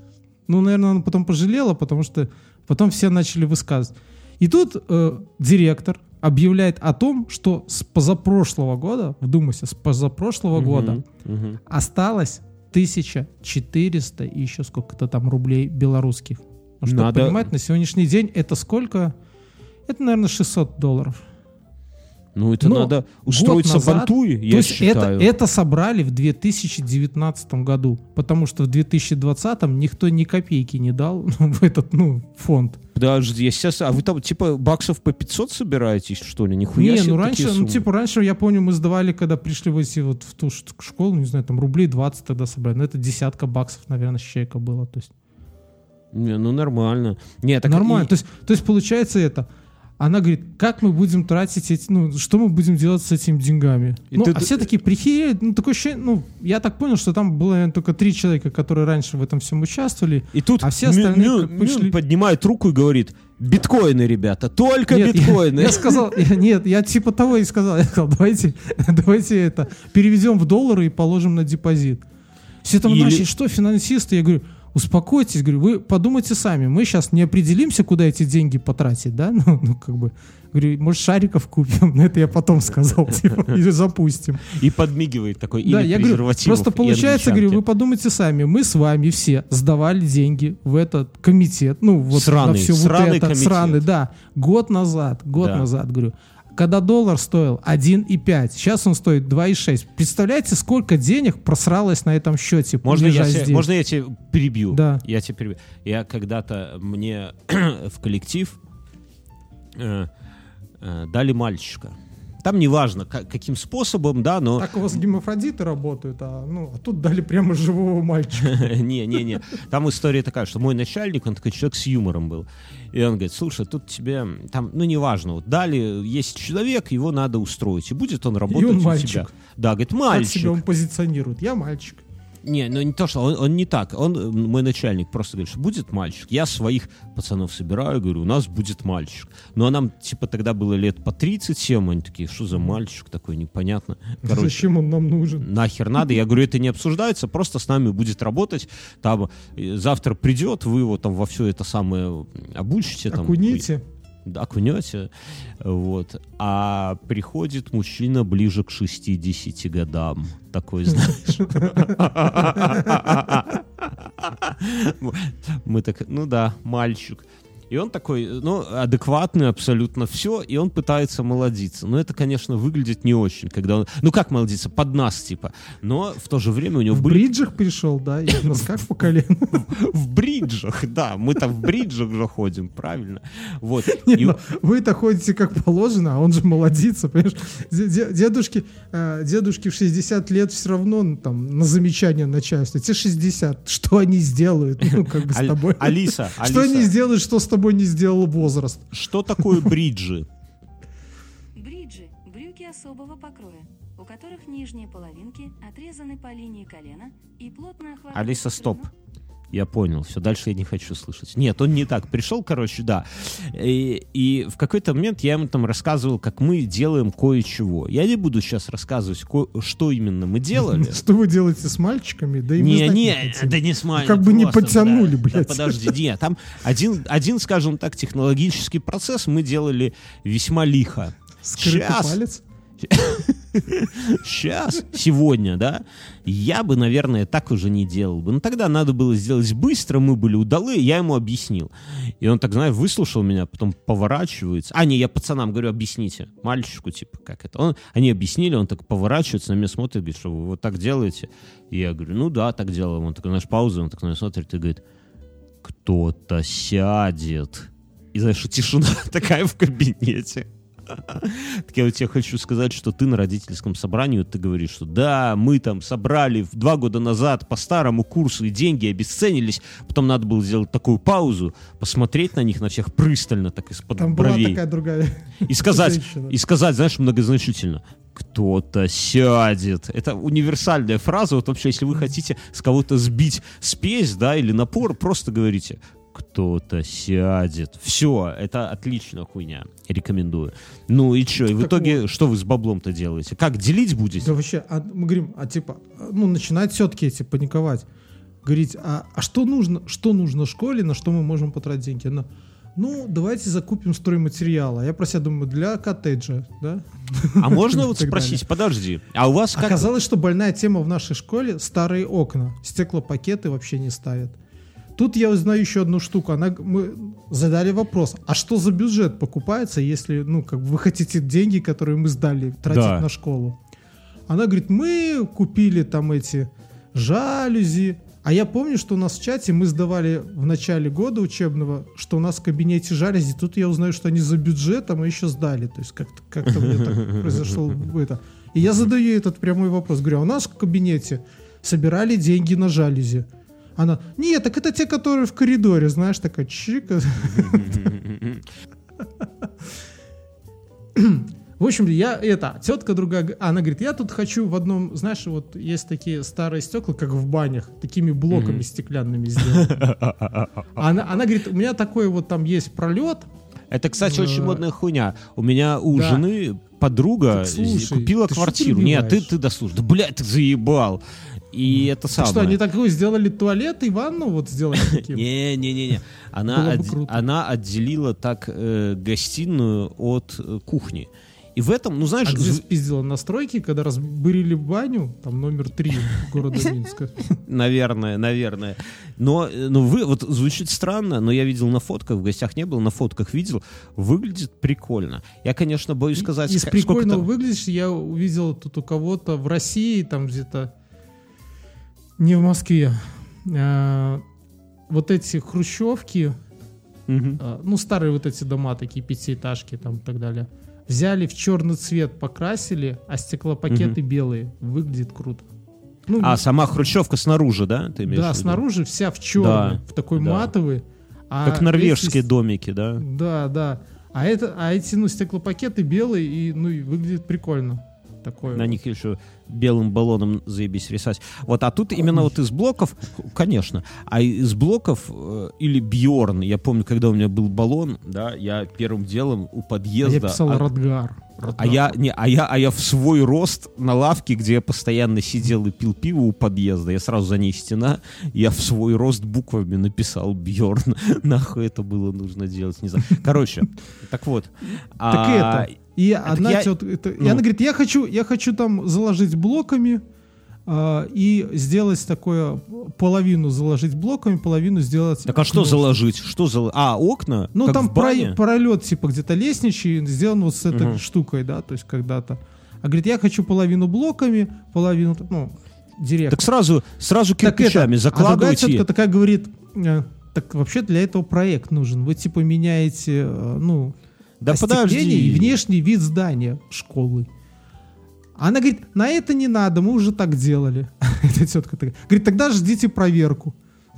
Ну, наверное, она потом пожалела, потому что потом все начали высказывать. И тут э, директор объявляет о том, что с позапрошлого года, вдумайся, с позапрошлого Мгм, года мгм. осталось тысяча четыреста и еще сколько-то там рублей белорусских. Ну, чтобы Надо- понимать, на сегодняшний день это сколько? Это, наверное, шестьсот долларов. Ну, это Но надо устроиться год в назад- Антуе, То я есть это, считаю. это собрали в две тысячи девятнадцатом году, потому что в две тысячи двадцатом никто ни копейки не дал в этот, ну, фонд. Подожди, естественно, а вы там типа баксов по пятьсот собираетесь, что ли? Нихуя Не, себе ну такие раньше, ну суммы. типа раньше, я помню, мы сдавали, когда пришли в эти вот в ту ш- школу, не знаю, там рублей двадцать тогда собрали, ну это десятка баксов, наверное, с человека было, то есть Не, ну нормально. Не, так нормально, и- то есть, то есть получается это. Она говорит, как мы будем тратить эти, ну, что мы будем делать с этими деньгами? И Ну, ты- а все такие прихереют, ну, такое ощущение, ну, я так понял, что там было, наверное, только три человека, которые раньше в этом всем участвовали. И тут А все Мю- остальные Мю- как Мю пришли- поднимает руку и говорит: биткоины, ребята, только Нет, я- биткоины. Я, сказал, я- нет, я типа того и сказал, я сказал, давайте, давайте это, переведем в доллары и положим на депозит. Все там Или- начали, что финансисты? Я говорю, успокойтесь, говорю, вы подумайте сами, мы сейчас не определимся, куда эти деньги потратить, да, ну, ну как бы, говорю, может, шариков купим, но это я потом сказал, типа, или запустим. И подмигивает такой, Да, или я говорю, презервативов, просто и получается, говорю, вы англичанки. подумайте сами, мы с вами все сдавали деньги в этот комитет, ну вот Сраный, на все сраный вот это, комитет. сраный, да, год назад, год Да. назад, говорю, когда доллар стоил один и пять, сейчас он стоит два и шесть. Представляете, сколько денег просралось на этом счете? Можно я, лежа те- здесь? можно я тебе перебью? Да. Я тебе перебью. Я когда-то мне в коллектив э, э, дали мальчика. Там неважно, ка- каким способом, да, но... Так у вас гемофродиты работают, а, ну, а тут дали прямо живого мальчика. Не-не-не. Там история такая, что мой начальник, он такой человек с юмором был. И он говорит, слушай, тут тебе, там, ну, неважно, вот дали, есть человек, его надо устроить, и будет он работать он у мальчик. тебя. Да, говорит, Как мальчик. себя он позиционирует? Я мальчик. Не, ну не то, что он, он не так. Он, э, мой начальник просто говорит, что будет мальчик. Я своих пацанов собираю, говорю, у нас будет мальчик. Ну, а нам, типа, тогда было лет по тридцать семь, они такие, что за мальчик такой, непонятно. Короче, Зачем он нам нужен? нахер надо. Я говорю, это не обсуждается, просто с нами будет работать. Там э, завтра придет, вы его там во все это самое обучите. Там, Окуните. да, окунете. Вот. А приходит мужчина ближе к шестидесяти годам. Такой, знаешь. Мы так, ну да, мальчик. И он такой, ну, адекватный абсолютно все, и он пытается молодиться. Но это, конечно, выглядит не очень, когда он... Ну, как молодиться? Под нас, типа. Но в то же время у него В были... бриджах пришел, да, и в носках по колено. В бриджах, да. Мы там в бриджах же ходим, правильно? Вот. Не, И- ну, вы-то ходите как положено, а он же молодится, понимаешь? Де- де- Дедушки, э, дедушки в шестьдесят лет все равно ну, там на замечание начальства. Те шестьдесят, что они сделают, ну, как бы с Аль- тобой? Алиса, Что они Алиса, сделают, что с тобой не сделал возраст? что такое бриджи? Бриджи – брюки особого покроя, у которых нижние половинки отрезаны по линии колена и плотно охватывают... Алиса, стоп. спину. Я понял, все, дальше я не хочу слышать. Нет, он не так. Пришел, короче, да. И, и в какой-то момент я ему там рассказывал, как мы делаем кое-чего. Я не буду сейчас рассказывать, ко- что именно мы делали. Что вы делаете с мальчиками? Да и мы Не, знать не, хотим. да не смай. Как бы не просто, подтянули, да, блядь. да, подожди, нет, там один, один, скажем так, технологический процесс мы делали весьма лихо. Скрытый Сейчас, палец? сейчас, сегодня, да, я бы, наверное, так уже не делал бы. Но тогда надо было сделать быстро, мы были удалы, я ему объяснил. И он так, знаешь, выслушал меня, потом поворачивается. А, не, я пацанам говорю, объясните. Мальчику, типа, как это. Он, они объяснили, он так поворачивается, на меня смотрит, говорит, что вы вот так делаете. И я говорю, ну да, так делаем. Он такой, знаешь, пауза, он так на меня смотрит и говорит, кто-то сядет. И, знаешь, тишина такая в кабинете. Так я вот тебе хочу сказать, что ты на родительском собрании, вот ты говоришь, что да, мы там собрали в два года назад по старому курсу, и деньги обесценились, потом надо было сделать такую паузу, посмотреть на них, на всех пристально, так из-под Там была бровей, такая другая и сказать, женщина. и сказать, знаешь, многозначительно, кто-то сядет. Это универсальная фраза, вот вообще, если вы хотите с кого-то сбить спесь, да, или напор, просто говорите, кто-то сядет. Все, это отличная хуйня. Рекомендую. Ну и что? И в Так итоге, что вы с баблом-то делаете? Как, делить будете? Да вообще, а мы говорим, а типа, ну, начинать все-таки эти паниковать. говорит, а, а что нужно, что нужно школе, на что мы можем потратить деньги? Она, ну, давайте закупим стройматериалы. А я про себя думаю, для коттеджа, да? А можно вот спросить, подожди, а у вас как... Оказалось, что больная тема в нашей школе — старые окна. Стеклопакеты вообще не ставят. Тут я узнаю еще одну штуку. Она, мы задали вопрос, а что за бюджет покупается, если, ну, как бы вы хотите деньги, которые мы сдали, тратить Да. на школу? Она говорит, мы купили там эти жалюзи. А я помню, что у нас в чате мы сдавали в начале года учебного, что у нас в кабинете жалюзи. Тут я узнаю, что они за бюджетом, а еще сдали. То есть как-то, как-то мне так произошло это. И я задаю ей этот прямой вопрос. Говорю, а у нас в кабинете собирали деньги на жалюзи. Она, нет, так это те, которые в коридоре, знаешь, такая чика. В общем, я, это, тетка другая, она говорит, я тут хочу в одном, знаешь, вот есть такие старые стекла, как в банях, такими блоками стеклянными сделаны. Она, она говорит, у меня такой вот там есть пролет. Это, кстати, очень модная хуйня. У меня у Да. жены подруга Так слушай, купила ты что квартиру. Нет, ты, перебиваешь? ты дослушай. Да, блядь, ты заебал. И это Так самое. что, они такой сделали туалет и ванну вот сделали таким? Не-не-не-не. Она, Было бы от- круто. она отделила так э, гостиную от э, кухни. И в этом, ну знаешь, А где зв- спиздила настройки, когда разбурили баню, там номер три города Минска. наверное, наверное. Но, э, но вы, вот звучит странно, но я видел на фотках, в гостях не был, на фотках видел, выглядит прикольно. Я, конечно, боюсь сказать, Из ска- прикольного сколько там- выглядишь, я увидел тут у кого-то в России, там где-то, не в Москве, а, вот эти хрущевки, Мгм. а, ну старые вот эти дома, такие пятиэтажки там и так далее, взяли в черный цвет, покрасили, а стеклопакеты белые. Выглядит круто. Ну, А, сама хрущевка снаружи, да? Ты имеешь да, в виду? снаружи вся в черный, Да, в такой да. матовый. А Как норвежские эти- домики, да? Да, да. А, это, а эти, ну, стеклопакеты белые, и, ну, и выглядит прикольно. Такое. На них еще белым баллоном заебись рисовать. Вот, а тут именно вот из блоков, конечно, а из блоков э, или Бьорн, я помню, когда у меня был баллон, да, я первым делом у А подъезда... я писал а- Радгар. А я, не, а, я, а я в свой рост на лавке, где я постоянно сидел и пил пиво у подъезда, я сразу за ней стена, я в свой рост буквами написал Бьорн. Нахуй это было нужно делать, не знаю. Короче, так вот. Так а, это. И одна я- тетка, это- и ну. она говорит, я хочу, я хочу там заложить блоками а, и сделать такое, половину заложить блоками, половину сделать... Так а что окно. заложить? Что за... А, окна? Ну, Как там в бане? про- пролет, типа, где-то лестничий, сделан вот с этой Мгм. штукой, да, то есть когда-то. А говорит, я хочу половину блоками, половину, ну, директор. Так сразу, сразу Так кирпичами это, а другая закладывайте. тетка такая говорит, э, так вообще для этого проект нужен. Вы, типа, меняете, э, ну, Да остекление подожди. и внешний вид здания школы. Она говорит, на это не надо, мы уже так делали. Эта тетка такая. Говорит, тогда ждите проверку.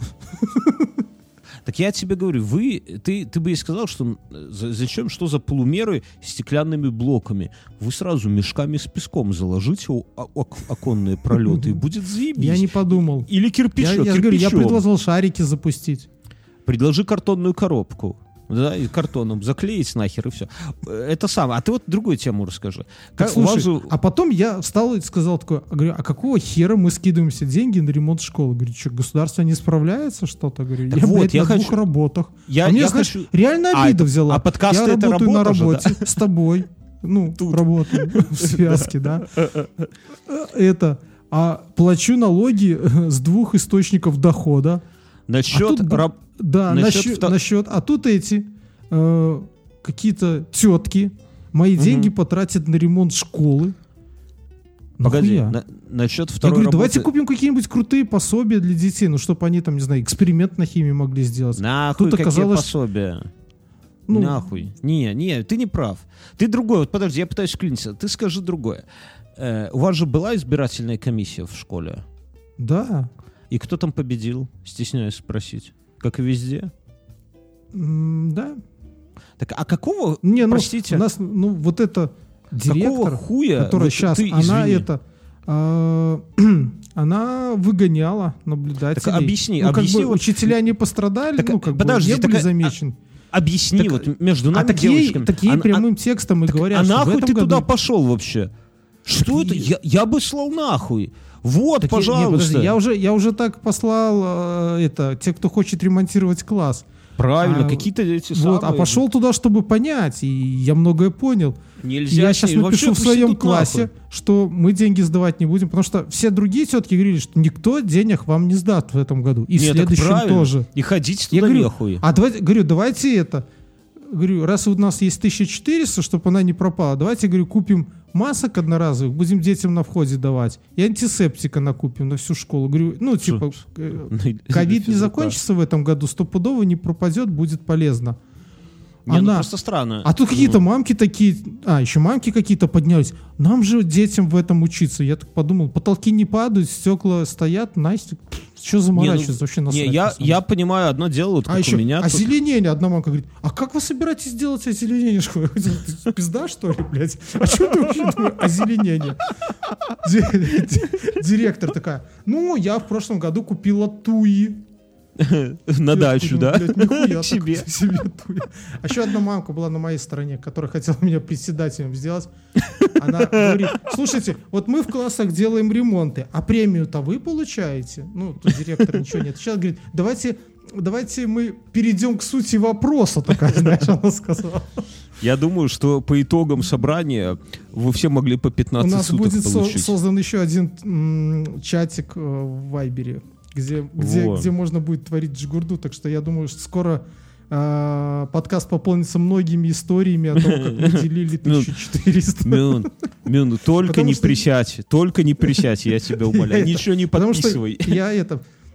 Так я тебе говорю, вы, ты, ты бы ей сказал, что э, за- зачем, что за полумеры с стеклянными блоками? Вы сразу мешками с песком заложите о- о- ок- оконные пролеты, и будет заебись. Я не подумал. Или Я, кирпичом, я же говорю, я кирпичом. предложил шарики запустить. Предложи картонную коробку. Да, и картоном заклеить нахер, и все. Это самое. А ты вот другую тему расскажи. Так, Как у вас слушай, же- а потом я встал и сказал такое, а говорю, а какого хера мы скидываемся деньги на ремонт школы? Говорю, что, государство не справляется что-то? Говорю, Так я, вот, блядь, я на хочу- двух работах. Я- а мне, я знаешь, хочу- реально А, обида это- взяла. а подкасты я это работаю на работа же, работе с тобой. Ну, работаю в связке, да. Это, а плачу налоги с двух источников дохода. насчет... а тут, б- раб- Да, насчет насчет, вто- насчет, а тут эти э, какие-то тетки мои деньги потратят на ремонт школы. Погоди, Нахуя? на- насчет Я второй говорю, работы... давайте купим какие-нибудь крутые пособия для детей, ну, чтобы они там, не знаю, эксперимент на химии могли сделать. Нахуй, Тут какие оказалось- пособия? Ну, Нахуй. Не, не, ты не прав. Ты другой. Вот подожди, я пытаюсь вклиниться. Ты скажи другое. Э, у вас же была избирательная комиссия в школе? да. И кто там победил? Стесняюсь спросить. Как и везде? М, да. Так, а какого, Не, ну, простите, у нас, ну, вот это какого директор, хуя? которая вот сейчас, ты, она извини. это, а, она выгоняла наблюдателей. Так объясни, ну, как объясни бы вот- учителя не пострадали, Так, ну, как подожди, бы не так, были а- замечены. Объясни Так, вот между А нами такие, девочками. такие А- прямым текстом и Так, говорят, а что в нахуй этом ты году... туда пошел вообще? Что Так это? и- Я, я бы слал нахуй. Вот, Так я- не, пожалуйста. подожди, я уже, я уже так послал э, это, те, кто хочет ремонтировать класс. Правильно, А, какие-то эти Вот, самые... а пошел туда, чтобы понять, и я многое понял. И Нельзя. я сейчас с ней- вообще напишу в пусть своем идут классе, нахуй. что мы деньги сдавать не будем, потому что все другие все-таки говорили, что никто денег вам не сдаст в этом году. И в Нет, так следующем правильно. тоже. И ходите Я туда говорю, нехуй. а давайте, говорю, давайте это, говорю, раз у нас есть тысяча четыреста, чтобы она не пропала, давайте, говорю, купим масок одноразовых, будем детям на входе давать, и антисептика накупим на всю школу. Говорю, ну, типа, э, ковид не закончится в этом году, стопудово не пропадет, будет полезно. Не, ну Она- просто странно. А тут какие-то Ну, мамки такие, а, еще мамки какие-то поднялись. Нам же детям в этом учиться. Я так подумал, потолки не падают, стекла стоят, Настя, что не, ну, заморачиваться вообще на не, самом я, деле. я понимаю одно дело, вот А как еще у меня. тут- озеленение. Одна мамка говорит, а как вы собираетесь делать озеленение? Что, ты пизда, что ли, блядь? А что ты вообще думаешь? Озеленение. Ди- ди- Директор такая, ну, я в прошлом году купила туи. На Я дачу, думаю, да? блядь, нихуя так Себе. себе туи. А еще одна мамка была на моей стороне, которая хотела меня председателем сделать. Она говорит, слушайте, вот мы в классах делаем ремонты, а премию-то вы получаете? Ну, тут директор ничего нет. Сейчас говорит, давайте, давайте мы перейдем к сути вопроса, такая, знаешь, она сказала. Я думаю, что по итогам собрания вы все могли по У пятнадцать нас суток будет со- получить. создан еще один м, чатик э, в Вайбере, где, где, Во. где можно будет творить джигурду, так что я думаю, что скоро э, подкаст пополнится многими историями о том, как мы делили тысячу четыреста. Мюн, Мюн, только Потому не что- присядь, только не присядь, я тебя умоляю. Я это- Ничего не Потому что подписывай. я это...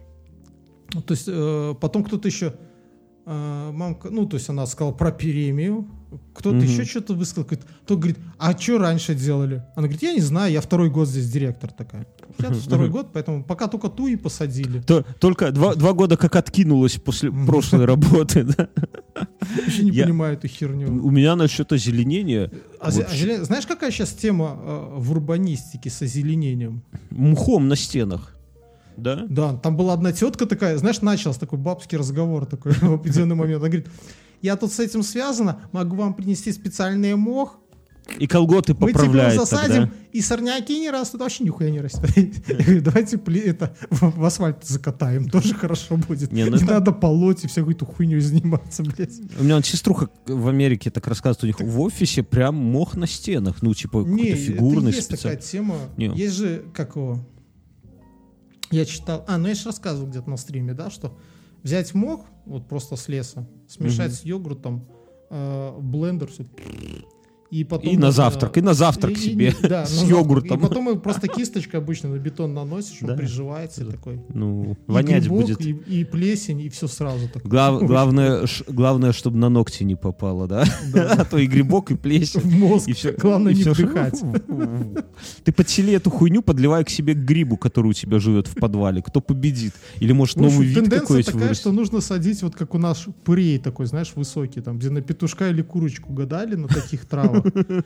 То есть э, потом кто-то еще... э, мамка, ну, то есть она сказала про премию. Кто-то Мгм. еще что-то высказал. Говорит, кто говорит, а что раньше делали? Она говорит, я не знаю, я второй год здесь директор такая. Я тут второй год, поэтому пока только туи посадили. То- Только два, два года как откинулась после прошлой работы. Да? Вообще не Я- понимаю эту херню. У меня насчет озеленения А зе- вообще озеле- Знаешь, какая сейчас тема э, в урбанистике с озеленением? мхом на стенах. Да? Да, там была одна тетка такая, знаешь, начался такой бабский разговор такой в определенный момент. Она говорит, я тут с этим связана, могу вам принести специальный мох, И колготы мы тебе его поправляет засадим, тогда. и сорняки не растут, вообще нихуя не растет. Я говорю, давайте пли- это в в асфальт закатаем, тоже хорошо будет. Не, Не, ну это- надо полоть и всякой эту хуйню заниматься, блядь. У меня вот сеструха в Америке так рассказывает, у них в офисе прям мох на стенах, ну типа Не, какой-то фигурный это есть такая специальный. тема. Не. Есть же, как его... Я читал... А, ну я же рассказывал где-то на стриме, да, что взять мох, вот просто с леса, смешать Мгм. с йогуртом, э, в блендер, все, и потом... И на можно- завтрак, и на завтрак и- и- себе да, с на завтрак. йогуртом. И потом и просто кисточкой обычно на бетон наносишь, он Да. приживается и такой. Ну, И вонять грибок, будет. И, и плесень, и все сразу такое. Глав- главное, ш- главное, чтобы на ногти не попало, да? А то и грибок, и плесень. В мозг. И всё, Главное и не всё, что- вдыхать. Ты подсели эту хуйню, подливай к себе грибу, который у тебя живет в подвале. Кто победит? Или, может, В общем, новый вид тенденция какой-нибудь такая, вырастет? что нужно садить, вот как у нас пырей такой, знаешь, высокий, там, где на петушка или курочку гадали на таких травах.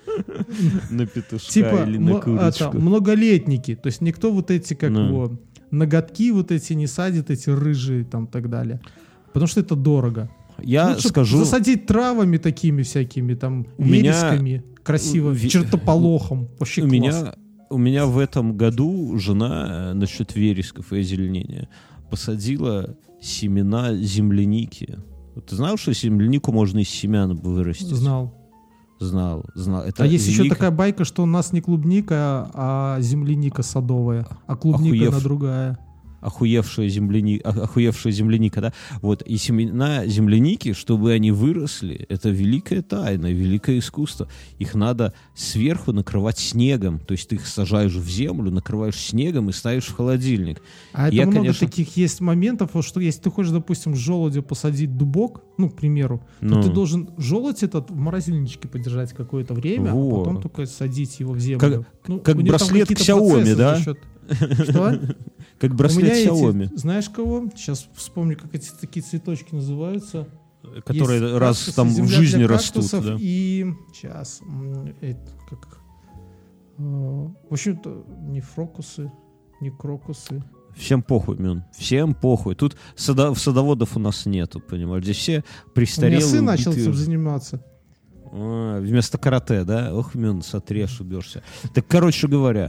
На петушка Типа или на м- это, курочку. многолетники. То есть никто вот эти, как Ну. его, ноготки вот эти не садит, эти рыжие там так далее. Потому что это дорого. Я Лучше скажу... засадить травами такими всякими, там, У меня- вересками, красиво, Ви- чертополохом. Вообще У класс. меня, у меня в этом году жена э, насчет вересков и озеленения посадила семена земляники. Вот ты знал, что землянику можно из семян вырастить? Знал. Знал, знал. Это А есть еще велико- такая байка, что у нас не клубника, а земляника садовая, а клубника Охуев. она другая. охуевшая, земляни... ох- охуевшая земляника, да? Вот, и семена земляники, чтобы они выросли, это великая тайна, великое искусство. Их надо сверху накрывать снегом, то есть ты их сажаешь в землю, накрываешь снегом и ставишь в холодильник. А это Я, много конечно- таких есть моментов, вот что если ты хочешь, допустим, желудя посадить дубок, ну, к примеру, Ну. то ты должен желудь этот в морозильничке подержать какое-то время, Во. а потом только садить его в землю. Как- Ну, как у него там браслет какие-то Xiaomi, процессы да? за счет- Что? Как У браслет меня эти, Xiaomi, знаешь кого? Сейчас вспомню, как эти такие цветочки называются. которые Есть раз кактусы, там в земля жизни для растут. кактусов Да. И сейчас, м, это, как, э, в общем-то, не фрокусы, не крокусы. Всем похуй, Мюн. Всем похуй. Тут сада- садоводов у нас нету, понимаешь? Здесь все У меня престарелые, сын начал убитые этим уже. заниматься. А, вместо карате, да? Ох, Мюн, сотрешь, убьешься. Так, короче говоря,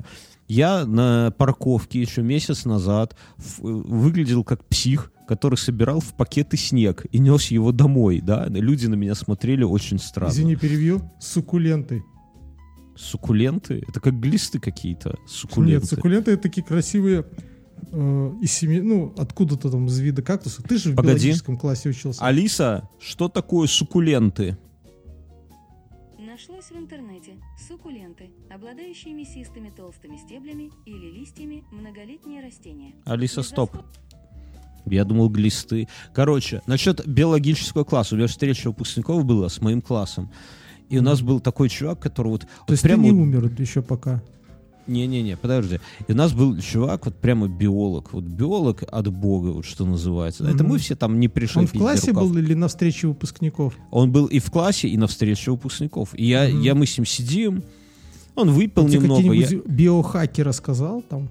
Я на парковке еще месяц назад в- выглядел как псих, который собирал в пакеты снег и нес его домой, да. Люди на меня смотрели очень странно. Извини, перебью. Суккуленты. Суккуленты? Это как глисты какие-то? Суккуленты. Нет, суккуленты — это такие красивые э, из семи... Ну, откуда-то там из вида кактуса. Ты же в Погоди. биологическом классе учился. Алиса, что такое суккуленты? Нашлось в интернете суккуленты, обладающие мясистыми толстыми стеблями или листьями, многолетние растения. Алиса, стоп. Мезосфор- Я думал, глисты. Короче, насчет биологического класса. У меня встреча выпускников была с моим классом. И у нас был такой чувак, который вот... То вот есть ты прямо не вот- умер еще пока. Не-не-не, подожди. И у нас был чувак, вот прямо биолог. Вот биолог от бога, вот что называется. Это Мгм. мы все там не пришли. Он в пить классе рукав. был или на встрече выпускников? Он был и в классе, и на встрече выпускников. И я, Мгм. я мы с ним сидим. Он выпил Он тебе немного. Я... какие-нибудь биохаки рассказал там?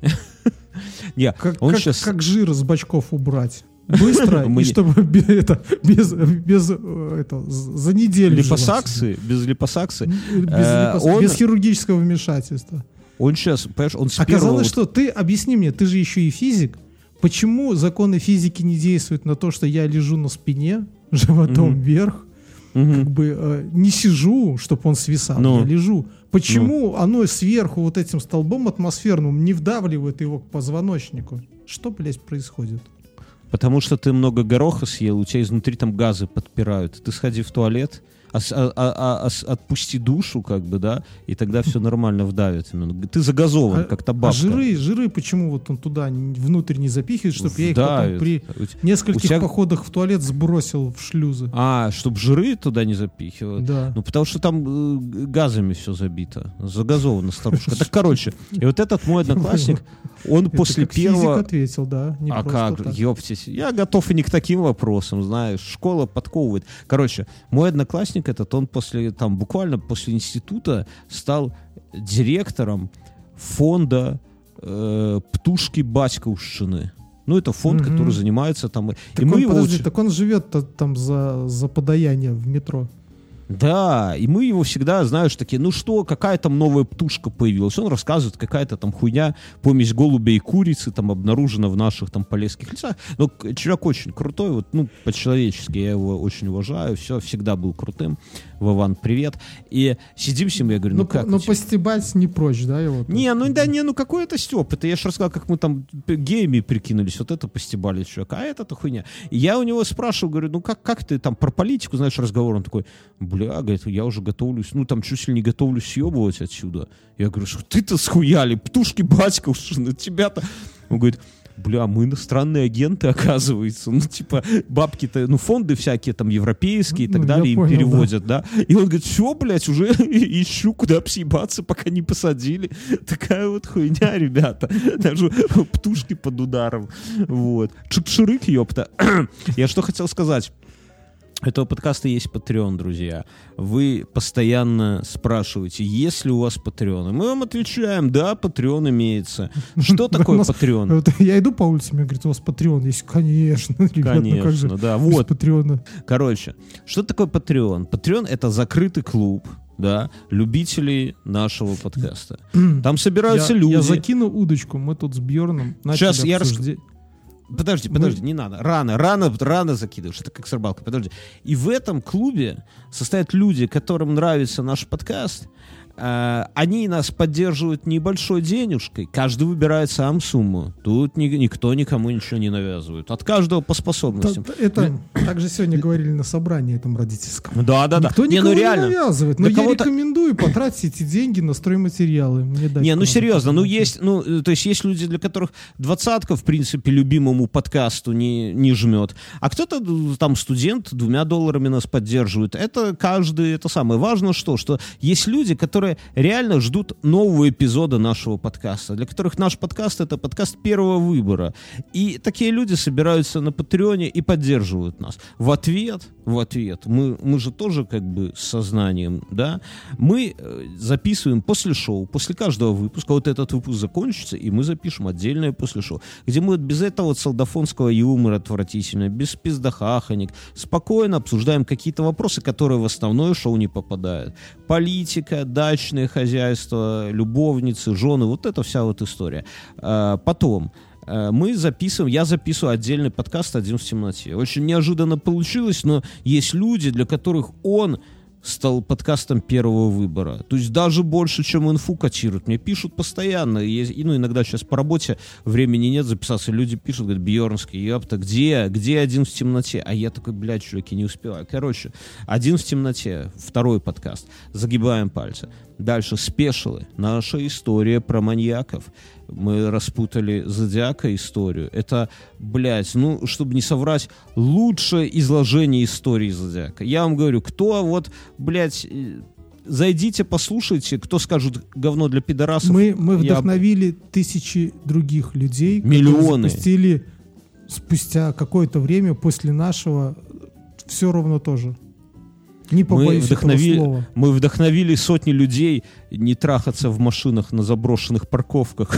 Не, Как, он как, сейчас... как жир с бачков убрать? Быстро, Мы и не- чтобы бе- это, без, без э, это, з- за неделю Липосаксы, без липосаксы. желательно. Без, Э, липос- он- без хирургического вмешательства. Он сейчас, понимаешь, он с первого... Оказалось, вот- что ты, объясни мне, ты же еще и физик. Почему законы физики не действуют на то, что я лежу на спине, животом Мгм. вверх, Мгм. как бы э, не сижу, чтобы он свисал, Ну. я лежу. Почему оно сверху вот этим столбом атмосферным не вдавливает его к позвоночнику? Что, блядь, происходит? Потому что ты много гороха съел, у тебя изнутри там газы подпирают. Ты сходи в туалет, ос- а- а- а- ос- отпусти душу, как бы, да, и тогда все нормально вдавит. именно. Ты загазован, как А табак. жиры, жиры, почему вот он туда н- внутрь не запихивает, чтобы я их потом при нескольких тебя- походах в туалет сбросил в шлюзы? А, чтобы жиры туда не запихивать? Да. Ну, потому что там э, газами все забито. Загазована старушка. Так, короче, и вот этот мой одноклассник, он Это после как физик первого... ответил, да. Не А просто как, так. ёптись, я готов и не к таким вопросам, знаешь, школа подковывает. Короче, мой одноклассник этот, он после, там, буквально после института стал директором фонда э, «Птушки Батьковщины». Ну, это фонд, Мгм. который занимается там... Так, и мы он, его подожди, очень- так он живет там за, за подаяние в метро. Да, и мы его всегда, знаешь, такие, ну что, какая там новая птушка появилась. Он рассказывает, какая-то там хуйня, помесь голубя и курицы там обнаружена в наших там полесских лесах. Но к- человек очень крутой, вот, ну, по-человечески, я его очень уважаю, все, всегда был крутым. Вован, привет. И сидим с ним, я говорю, ну, но как? но у тебя? постебать не прочь, да, его? Не, ну да, не, ну какой это стёб? Это я же рассказал, как мы там п- геями прикинулись, вот это постебали человека, а это-то хуйня. И я у него спрашиваю, говорю, ну как, как ты там про политику, знаешь, разговор? Он такой, бля, говорит, я уже готовлюсь, ну там чуть ли не готовлюсь съебывать отсюда. Я говорю, что ты-то схуяли, птушки батьковщины, тебя-то... Он говорит, бля, мы иностранные агенты, оказывается. Ну, типа, бабки-то, ну, фонды всякие там европейские и так Ну, далее я им понял, переводят, да. И он говорит, все, блядь, уже ищу, куда б съебаться, пока не посадили. Такая вот хуйня, ребята. Даже птушки под ударом. Вот. Чик-ширык, ёпта. Я что хотел сказать. У этого подкаста есть Patreon, друзья. Вы постоянно спрашиваете, есть ли у вас Patreon. И мы вам отвечаем, да, Patreon имеется. Что Да, такое у нас- Patreon? Вот я иду по улице, мне говорят, у вас Patreon есть. Конечно, ребят, ну как же Конечно, да, без вот. Патреона? Короче, что такое Patreon? Patreon — это закрытый клуб, да, любителей нашего подкаста. Там собираются я, люди. я закину удочку, мы тут с Бьерном начали Сейчас я рас- обсуждать. Подожди, подожди, не надо. Рано, рано, рано закидываешь. Это как с рыбалкой. Подожди. И в этом клубе состоят люди, которым нравится наш подкаст. Э, Они нас поддерживают небольшой денежкой. Каждый выбирает сам сумму. Тут ни- никто никому ничего не навязывает. От каждого по способностям. Та- Это также сегодня говорили на собрании этом родительском. Да, да, да. Никто Не, никому ну не реально. навязывает. Но Для я кого-то- рекомендую потратить эти деньги на стройматериалы. Мне дать Не, ну надо. серьезно, ну есть, ну, э, то есть есть люди, для которых двадцатка, в принципе, любимому подкасту не, не жмет. А кто-то, э, там, студент, двумя долларами нас поддерживает. Это каждый, это самое. Важно что? Что есть люди, которые реально ждут нового эпизода нашего подкаста, для которых наш подкаст — это подкаст первого выбора. И такие люди собираются на Патреоне и поддерживают нас. В ответ, в ответ, мы, мы же тоже как бы с сознанием, да, мы э, записываем после шоу, после каждого выпуска, вот этот выпуск закончится, и мы запишем отдельное после шоу, где мы вот без этого вот солдафонского юмора отвратительного, без пиздахаханик, спокойно обсуждаем какие-то вопросы, которые в основное шоу не попадают. Политика, дача, дачные хозяйства, любовницы, жены, вот эта вся вот история. А, потом а, мы записываем, я записываю отдельный подкаст «Один в темноте». Очень неожиданно получилось, но есть люди, для которых он стал подкастом первого выбора. То есть даже больше, чем инфу котируют. Мне пишут постоянно. И, ну, иногда сейчас по работе времени нет записаться. Люди пишут, говорят, Бьернский, ёпта, где? Где «Один в темноте»? А я такой, блядь, чуваки, не успеваю. Короче, «Один в темноте», второй подкаст. Загибаем пальцы. Дальше спешилы. Наша история про маньяков. Мы распутали Зодиака историю. Это, блядь, ну, чтобы не соврать, лучшее изложение истории Зодиака. Я вам говорю, кто вот, блядь, зайдите, послушайте, кто скажет говно для пидорасов. Мы, мы я... вдохновили тысячи других людей, миллионы. Которые запустили спустя какое-то время после нашего все равно тоже. Не побоюсь мы вдохновили, этого слова. Мы вдохновили сотни людей не трахаться в машинах на заброшенных парковках.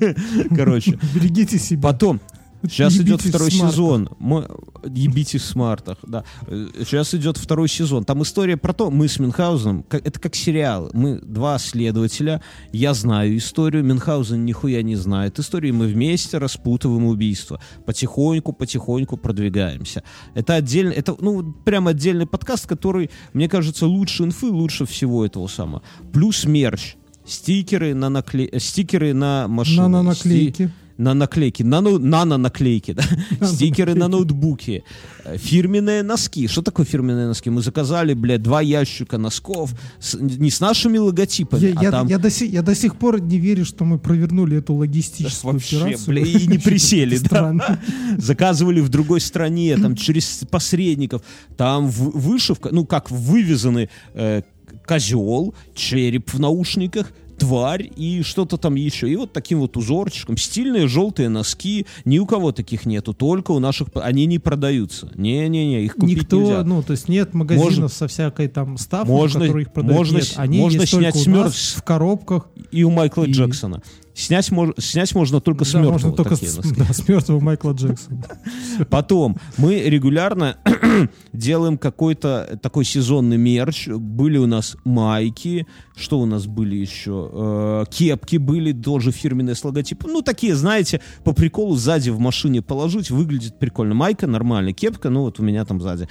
Короче. Берегите себя. Потом, сейчас Ебитесь идет второй в смартах. сезон. Мы... Ебитесь в смартах, да. Сейчас идет второй сезон. Там история про то, мы с Мюнхгаузеном, как, это как сериал. Мы два следователя, я знаю историю, Мюнхгаузен нихуя не знает историю, мы вместе распутываем убийство. Потихоньку, потихоньку продвигаемся. Это отдельно, это, ну, прям отдельный подкаст, который, мне кажется, лучше инфы, лучше всего этого самого. Плюс мерч. Стикеры на, накле... Стикеры на машины. На наклейки. Сти... На наклейки, на, на, на наклейки, да? Стикеры на ноутбуке, фирменные носки. Что такое фирменные носки? Мы заказали, блядь, два ящика носков, с, не с нашими логотипами, я, а я, там... Я до, сих, я до сих пор не верю, что мы провернули эту логистическую Вообще, операцию. бля, и не присели, да? Странно. Заказывали в другой стране, там, через посредников. Там в, вышивка, ну, как вывезаны э, козел, череп в наушниках, тварь и что-то там еще. И вот таким вот узорчиком. Стильные желтые носки. Ни у кого таких нету. Только у наших... Они не продаются. Не-не-не, их купить Никто, нельзя. ну, то есть нет магазинов Можно- со всякой там ставкой, можно- которые их продают. можно Нет, с- они можно есть снять только у нас смерть. в коробках. И у Майкла И- Джексона. Снять, мож... Снять можно только с Да, мертвого. можно только такие с, носки. да, с мертвого Майкла Джексона. Потом мы регулярно делаем какой-то такой сезонный мерч. Были у нас майки. Что у нас были еще? Э, кепки были, тоже фирменные с логотипом. Ну, такие, знаете, по приколу сзади в машине положить. Выглядит прикольно. Майка нормальная, кепка, ну вот у меня там сзади.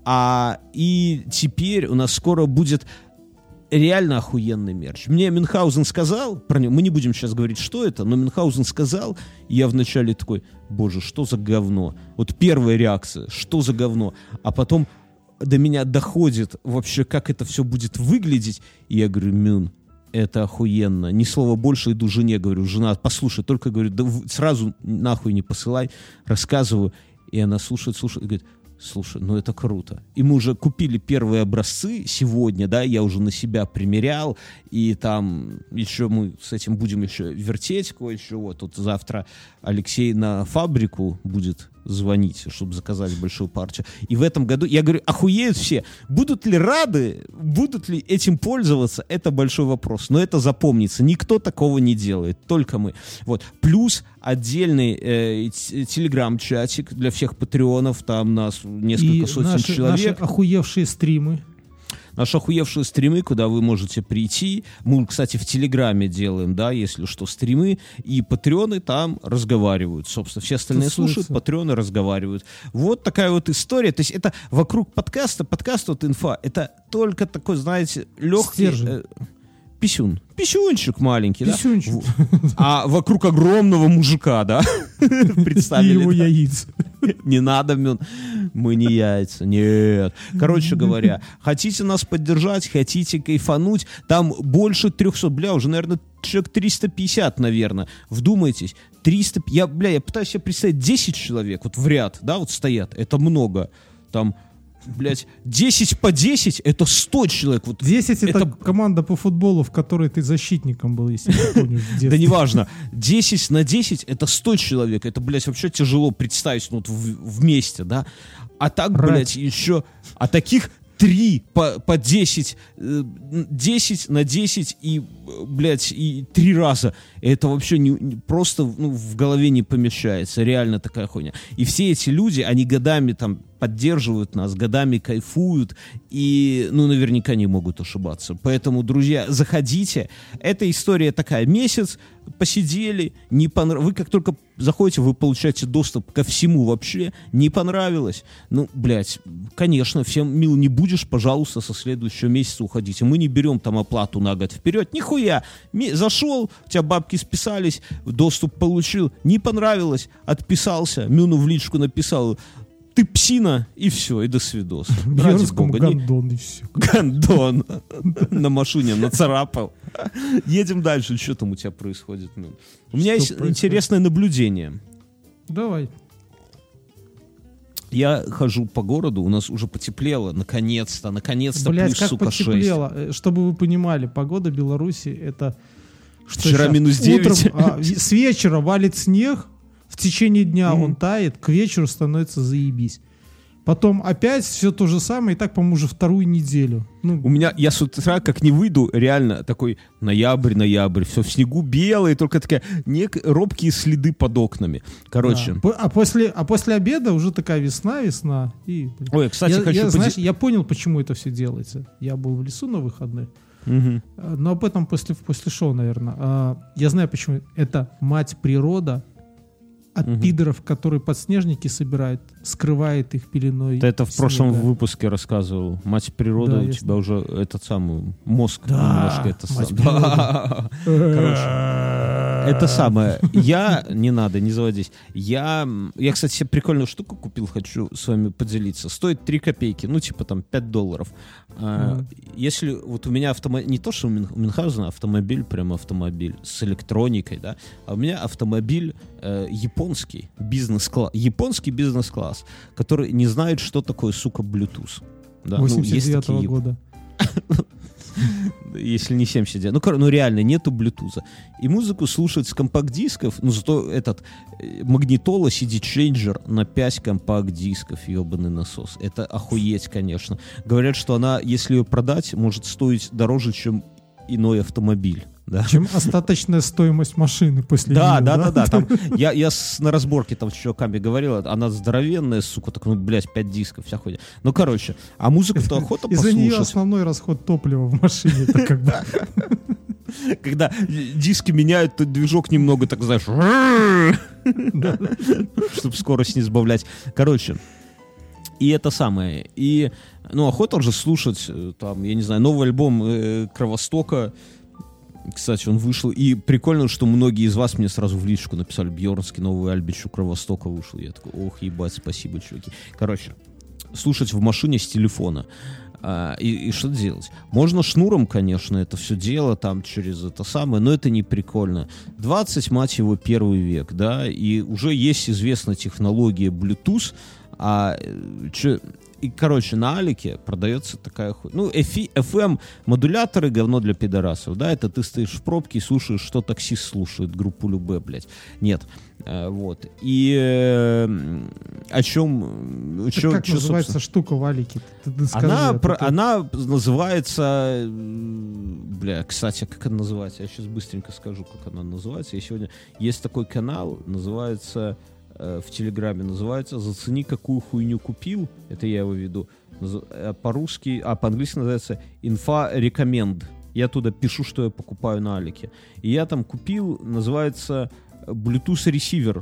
А, и теперь у нас скоро будет... реально охуенный мерч. Мне Мюнхгаузен сказал, про него, мы не будем сейчас говорить, что это, но Мюнхгаузен сказал, и я вначале такой, боже, что за говно? Вот первая реакция, что за говно? А потом до меня доходит вообще, как это все будет выглядеть, и я говорю, Мюн, это охуенно. Ни слова больше, иду жене, говорю, жена, послушай, только, говорю, да сразу нахуй не посылай, рассказываю, и она слушает, слушает, и говорит, слушай, ну это круто. И мы уже купили первые образцы сегодня, да, я уже на себя примерял, и там еще мы с этим будем еще вертеть кое-что. Вот тут завтра Алексей на фабрику будет звонить, чтобы заказать большую партию. И в этом году, я говорю, охуеют все. Будут ли рады, будут ли этим пользоваться, это большой вопрос. Но это запомнится. Никто такого не делает, только мы. Вот. Плюс отдельный э, телеграм-чатик для всех патреонов, там нас несколько И сотен наши, человек. наши охуевшие стримы. Наши охуевшие стримы, куда вы можете прийти. Мы, кстати, в Телеграме делаем, да, если что, стримы. И патреоны там разговаривают. Собственно, все остальные Тусуются. слушают, патреоны разговаривают. Вот такая вот история. То есть это вокруг подкаста, подкаст вот инфа. Это только такой, знаете, легкий... Стержень. Э, писюн. Писюнчик маленький, Писюнчик. да? В- А вокруг огромного мужика, да? И Представили, его да? яиц. Не надо, Мюн. Мы не яйца. Нет. Короче говоря, хотите нас поддержать, хотите кайфануть, там больше трехсот, бля, уже, наверное, человек триста пятьдесят, наверное. Вдумайтесь. триста, я, бля, я пытаюсь себе представить десять человек, вот в ряд, да, вот стоят. Это много. Там, блядь, десять по десять, это сто человек. Вот десять это, это- команда по футболу, в которой ты защитником был, если ты помнишь. в детстве. Да неважно. десять на десять это сто человек. Это, блядь, вообще тяжело представить, ну, вот в- вместе, да. А так, Рать. блядь, еще... А таких три по, по десять. э, десять на десять и, э, блядь, и три раза. Это вообще не, не- просто ну, в голове не помещается. Реально такая хуйня. И все эти люди, они годами там поддерживают нас, годами кайфуют, и, ну, наверняка не могут ошибаться. Поэтому, друзья, заходите. Эта история такая. Месяц посидели, не понрав... вы как только заходите, вы получаете доступ ко всему вообще. Не понравилось? Ну, блядь, конечно, всем мил не будешь, пожалуйста, со следующего месяца уходите. Мы не берем там оплату на год вперед. Нихуя. Ми... Зашел, у тебя бабки списались, доступ получил. Не понравилось, отписался, Мюну в личку написал: ты псина, и все, и до свидос. Бьернскому гандон, и все. Гандон. На машине нацарапал. Едем дальше. Что там у тебя происходит? У меня есть интересное наблюдение. Давай. Я хожу по городу, у нас уже потеплело, наконец-то, наконец-то Блядь, плюс, как сука, потеплело. шесть. Чтобы вы понимали, погода Беларуси это... Что Вчера щас? минус девять. Утром, а, с вечера валит снег, в течение дня Mm. он тает, к вечеру становится заебись. Потом опять все то же самое, и так, по-моему, уже вторую неделю. Ну, У меня, я с утра как не выйду, реально такой ноябрь, ноябрь, все в снегу белое, только такие нек- робкие следы под окнами. Короче. да. А, после, а после обеда уже такая весна, весна. И... Ой, кстати, я, хочу... я, поди- знаешь, я понял, почему это все делается. Я был в лесу на выходных, Мгм. но об этом после, после шоу, наверное. А, я знаю, почему. Это мать природа от Мгм. пидоров, которые подснежники собирают, скрывает их пеленой Ты это в прошлом снега. выпуске рассказывал. Мать природы, Да, у я тебя знаю. уже этот самый мозг Да, немножко это мать сам- природы. Да. Короче, это самое. Я, не надо, не заводись. Я, я, кстати, себе прикольную штуку купил, хочу с вами поделиться. Стоит три копейки, ну, типа там пять долларов. А, Мгм. Если вот у меня автомобиль, не то, что у Мюн- у Мюнхгаузена автомобиль, прямо автомобиль с электроникой, да, а у меня автомобиль э, японский, бизнес-класс, японский бизнес-класс, который не знает, что такое, сука, Bluetooth. Да? Ну, восемьдесят есть девятого такие, года. если не семьдесят девять. Ну, кор- ну, реально, нету Bluetooth. И музыку слушать с компакт-дисков, ну, зато этот э, магнитола си ди-чейнджер на пять компакт-дисков, ебаный насос. Это охуеть, конечно. Говорят, что она, если ее продать, может стоить дороже, чем иной автомобиль. Да. Чем остаточная стоимость машины после Да, нее, да, да, да. Там, я я с, на разборке там с чуваками говорил, она здоровенная, сука, так, ну, блядь, пять дисков, вся хуйня. Ну, короче, а музыку-то охота Из-за нее послушать. основной расход топлива в машине. Это как бы... Когда диски меняют, то движок немного, так знаешь, чтобы скорость не сбавлять. Короче, и это самое. И, ну, охота же слушать, э, там, я не знаю, новый альбом э, Кровостока. Кстати, он вышел. И прикольно, что многие из вас мне сразу в личку написали: Бьернский новый альбич у Кровостока вышел. Я такой: ох, ебать, спасибо, чуваки. Короче, слушать в машине с телефона. А, и, и что делать? Можно шнуром, конечно, это все дело, там, через это самое, но это не прикольно. двадцать, мать его, первый век, да, и уже есть известная технология Bluetooth, а, э, чё, и, короче, на Алике продается такая хуйня. Ну, эф эм-модуляторы — говно для пидорасов, да, это ты стоишь в пробке и слушаешь, что таксист слушает, группу Любэ, блядь. Нет. А, вот. И э, о чем... Так чё, как чё, называется собственно? штука в Алике? Ты- ты скажи, Она, а то про- ты- она называется... м, Бля, кстати, как она называется? Я сейчас быстренько скажу, как она называется. Я сегодня... Есть такой канал, называется... э, в Телеграме называется «Зацени, какую хуйню купил». Это я его веду. Наз- э, По-русски... А, по-английски называется «Инфа рекоменд». Я туда пишу, что я покупаю на Алике. И я там купил, называется Bluetooth ресивер.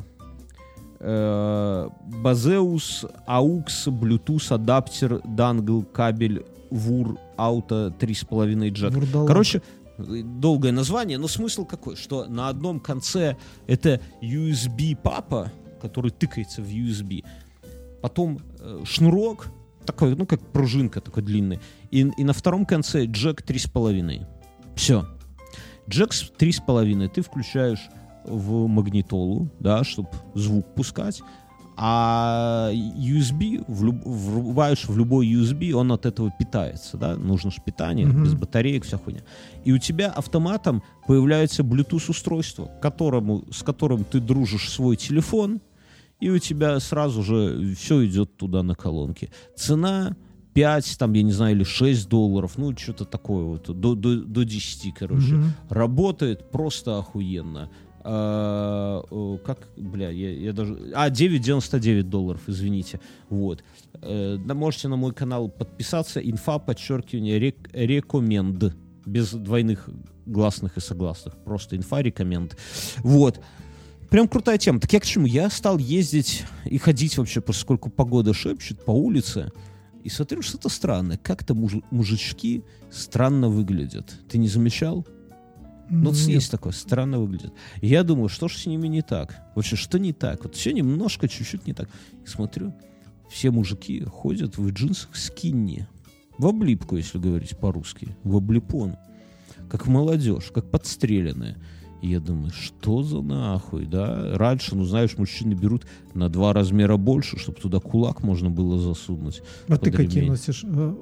Базеус, аукс, Bluetooth, адаптер, дангл, кабель, вур, ауто, три с половиной джек. Вурдалак. Короче, долгое название, но смысл какой? Что на одном конце это ю эс би-папа, который тыкается в ю эс би, потом э, шнурок, такой, ну, как пружинка такой длинный, и, и на втором конце джек три с половиной. Все. Джек три с половиной ты включаешь в магнитолу, да, чтобы звук пускать, а ю эс би в люб- врубаешь в любой ю эс би, он от этого питается, да, нужно же питание, Мгм. без батареек, вся хуйня. И у тебя автоматом появляется Bluetooth устройство, к которому, с которым ты дружишь свой телефон, и у тебя сразу же все идет туда на колонке. Цена пять, там, я не знаю, или шесть долларов, ну, что-то такое вот, до, до, до десяти, короче. Мгм. Работает просто охуенно. А, о, как, бля, я, я даже... А, девять девяносто девять долларов, извините. Вот. Э, да, можете на мой канал подписаться. Инфа, подчеркивание, рек, рекоменд. Без двойных гласных и согласных. Просто инфа, рекоменд. Вот. Прям крутая тема. Так я к чему? Я стал ездить и ходить вообще, поскольку погода шепчет, по улице. И смотрю, что-то странное. Как-то муж- мужички странно выглядят. Ты не замечал? Ну, вот есть такое, странно выглядит. И я думаю, что ж с ними не так? Вообще, что не так? Вот все немножко, чуть-чуть не так. И смотрю, все мужики ходят в джинсах скинни. В облипку, если говорить по-русски. В облипон. Как молодежь, как подстреленная. И я думаю, что за нахуй, да? Раньше, ну, знаешь, мужчины берут на два размера больше, чтобы туда кулак можно было засунуть. А ты какие носишь?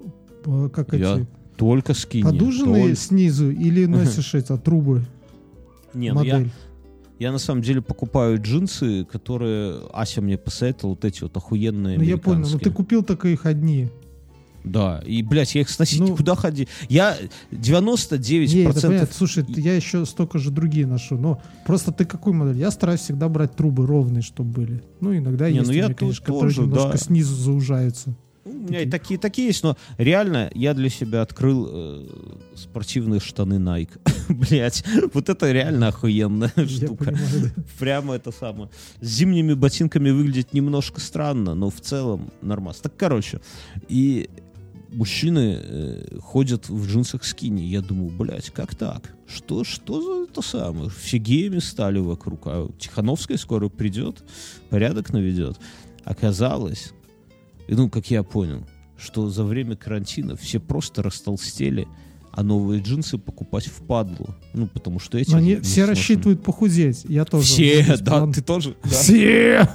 Как я... эти... Только скини. Подуженные Только... снизу или носишь это, трубы? Не, ну я, я на самом деле покупаю джинсы, которые Ася мне посоветовала, вот эти вот охуенные. Ну я понял, ну ты купил только их одни. Да, и, блядь, я их сносить ну, никуда ходи. Я девяносто девять процентов... Не, это понятно. Слушай, я еще столько же другие ношу, но просто ты какую модель? Я стараюсь всегда брать трубы ровные, чтобы были. Ну, иногда не, есть ну у я меня, конечно, тоже, которые немножко да. снизу заужаются. У меня и такие, такие есть, но реально я для себя открыл э, спортивные штаны Nike. Блять, вот это реально охуенная штука. Понимаю, да. Прямо это самое. С зимними ботинками выглядит немножко странно, но в целом нормально. Так, короче, и мужчины э, ходят в джинсах скини. Я думаю, блять, как так? Что, что за это самое? Все геями стали вокруг. А Тихановская скоро придет, порядок наведет. Оказалось... И, ну, как я понял, что за время карантина все просто растолстели, а новые джинсы покупать впадлу. Ну, потому что эти... Но они все рассчитывают похудеть. Я тоже. Все, да, план... ты тоже? Все!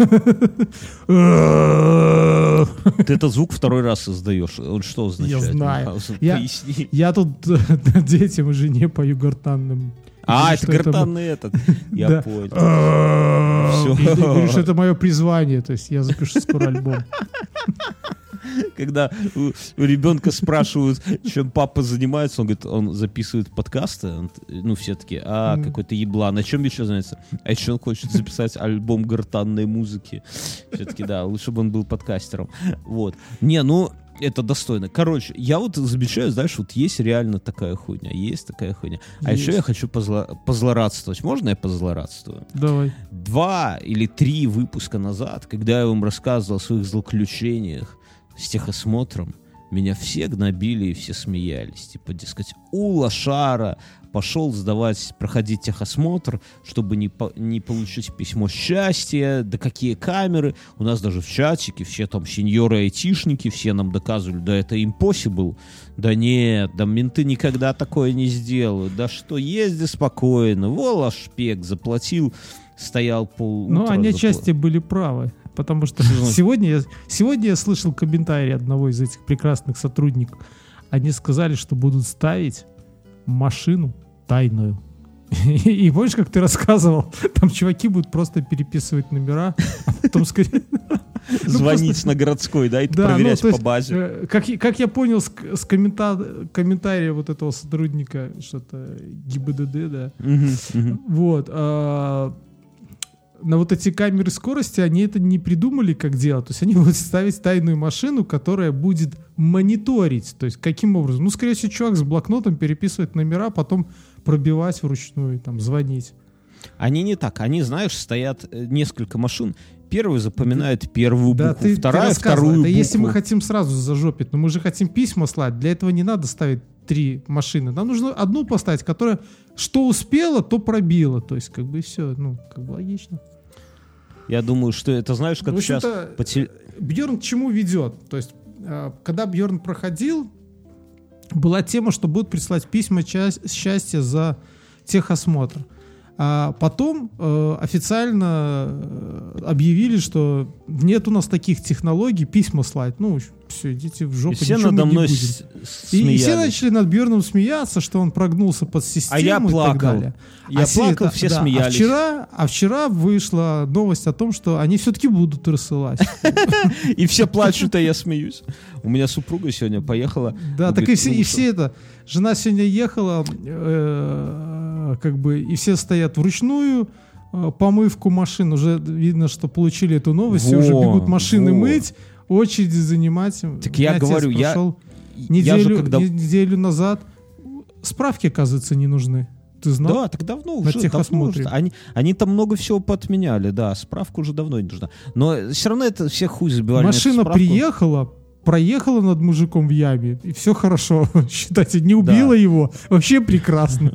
Ты этот звук второй раз издаешь. Он что означает? Я знаю. Поясни. Я тут детям и жене пою гортанным. А, это гортанный этот. Я понял. Я говорю, что это мое призвание. То есть я запишу скоро альбом. Когда у, у ребенка спрашивают, чем папа занимается, он говорит, он записывает подкасты, он, ну, все таки, а, mm. какой-то еблан, а чем еще занимается? А еще он хочет записать альбом гортанной музыки. Все-таки, да, лучше бы он был подкастером. Вот. Не, ну, это достойно. Короче, я вот замечаю, знаешь, вот есть реально такая хуйня, есть такая хуйня. А есть. Еще я хочу позло- позлорадствовать. Можно я позлорадствую? Давай. Два или три выпуска назад, когда я вам рассказывал о своих злоключениях с техосмотром, меня все гнобили и все смеялись. Типа, дескать, у лошара пошел сдавать, проходить техосмотр, чтобы не, по, не получить письмо счастья, да какие камеры. У нас даже в чатике все там сеньоры-айтишники, все нам доказывали, да это impossible. Да нет, да менты никогда такое не сделают. Да что, езди спокойно. Во, шпек заплатил, стоял полутра. Ну, они отчасти были правы. Потому что сегодня я, сегодня я слышал комментарий одного из этих прекрасных сотрудников. Они сказали, что будут ставить машину тайную. И, и помнишь, как ты рассказывал, там чуваки будут просто переписывать номера, а потом скорее... Звонить на городской, да, и проверять по базе. Как я понял с комментария вот этого сотрудника, что-то ГИБДД, да. Вот. На вот эти камеры скорости, они это не придумали, как делать. То есть они будут ставить тайную машину, которая будет мониторить. То есть каким образом? Ну, скорее всего, чувак с блокнотом переписывает номера, потом пробивать вручную, там, звонить. Они не так. Они, знаешь, стоят несколько машин. Первый запоминает первую да, букву, ты, вторая, ты вторую это букву. Если мы хотим сразу зажопить, но мы же хотим письма слать, для этого не надо ставить три машины. Нам нужно одну поставить, которая что успела, то пробила. То есть, как бы, все, ну, как бы логично. Я думаю, что это, знаешь, как ну, сейчас... По теле... Бьерн к чему ведет? То есть, когда Бьерн проходил, была тема, что будут присылать письма счастья за техосмотр. А потом э, официально э, объявили, что нет у нас таких технологий письма слать. Ну, все, идите в жопу, и все ничего надо мы не мной будем. С- и, и все начали над Бьерном смеяться, что он прогнулся под систему а я и плакал. так далее. Я а плакал, это, все да, смеялись. А вчера, а вчера вышла новость о том, что они все-таки будут рассылать. И все плачут, а я смеюсь. У меня супруга сегодня поехала. Да, так и все, и все это. Жена сегодня ехала, как бы, и все стоят вручную, э, помывку машин. Уже видно, что получили эту новость, все Во, уже бегут машины во. мыть, очереди занимать. Так я Отец говорю, я- пошел Я неделю, же когда... не- неделю назад. Справки, оказывается, не нужны. Ты знал? Да, так давно На уже. техосмотре. Давно уже. Они, они там много всего поотменяли, да. Справка уже давно не нужна. Но все равно это все хуй забивали. на эту Машина справку. приехала, проехала над мужиком в яме, и все хорошо. Считайте, не убила Да. его. Вообще прекрасно.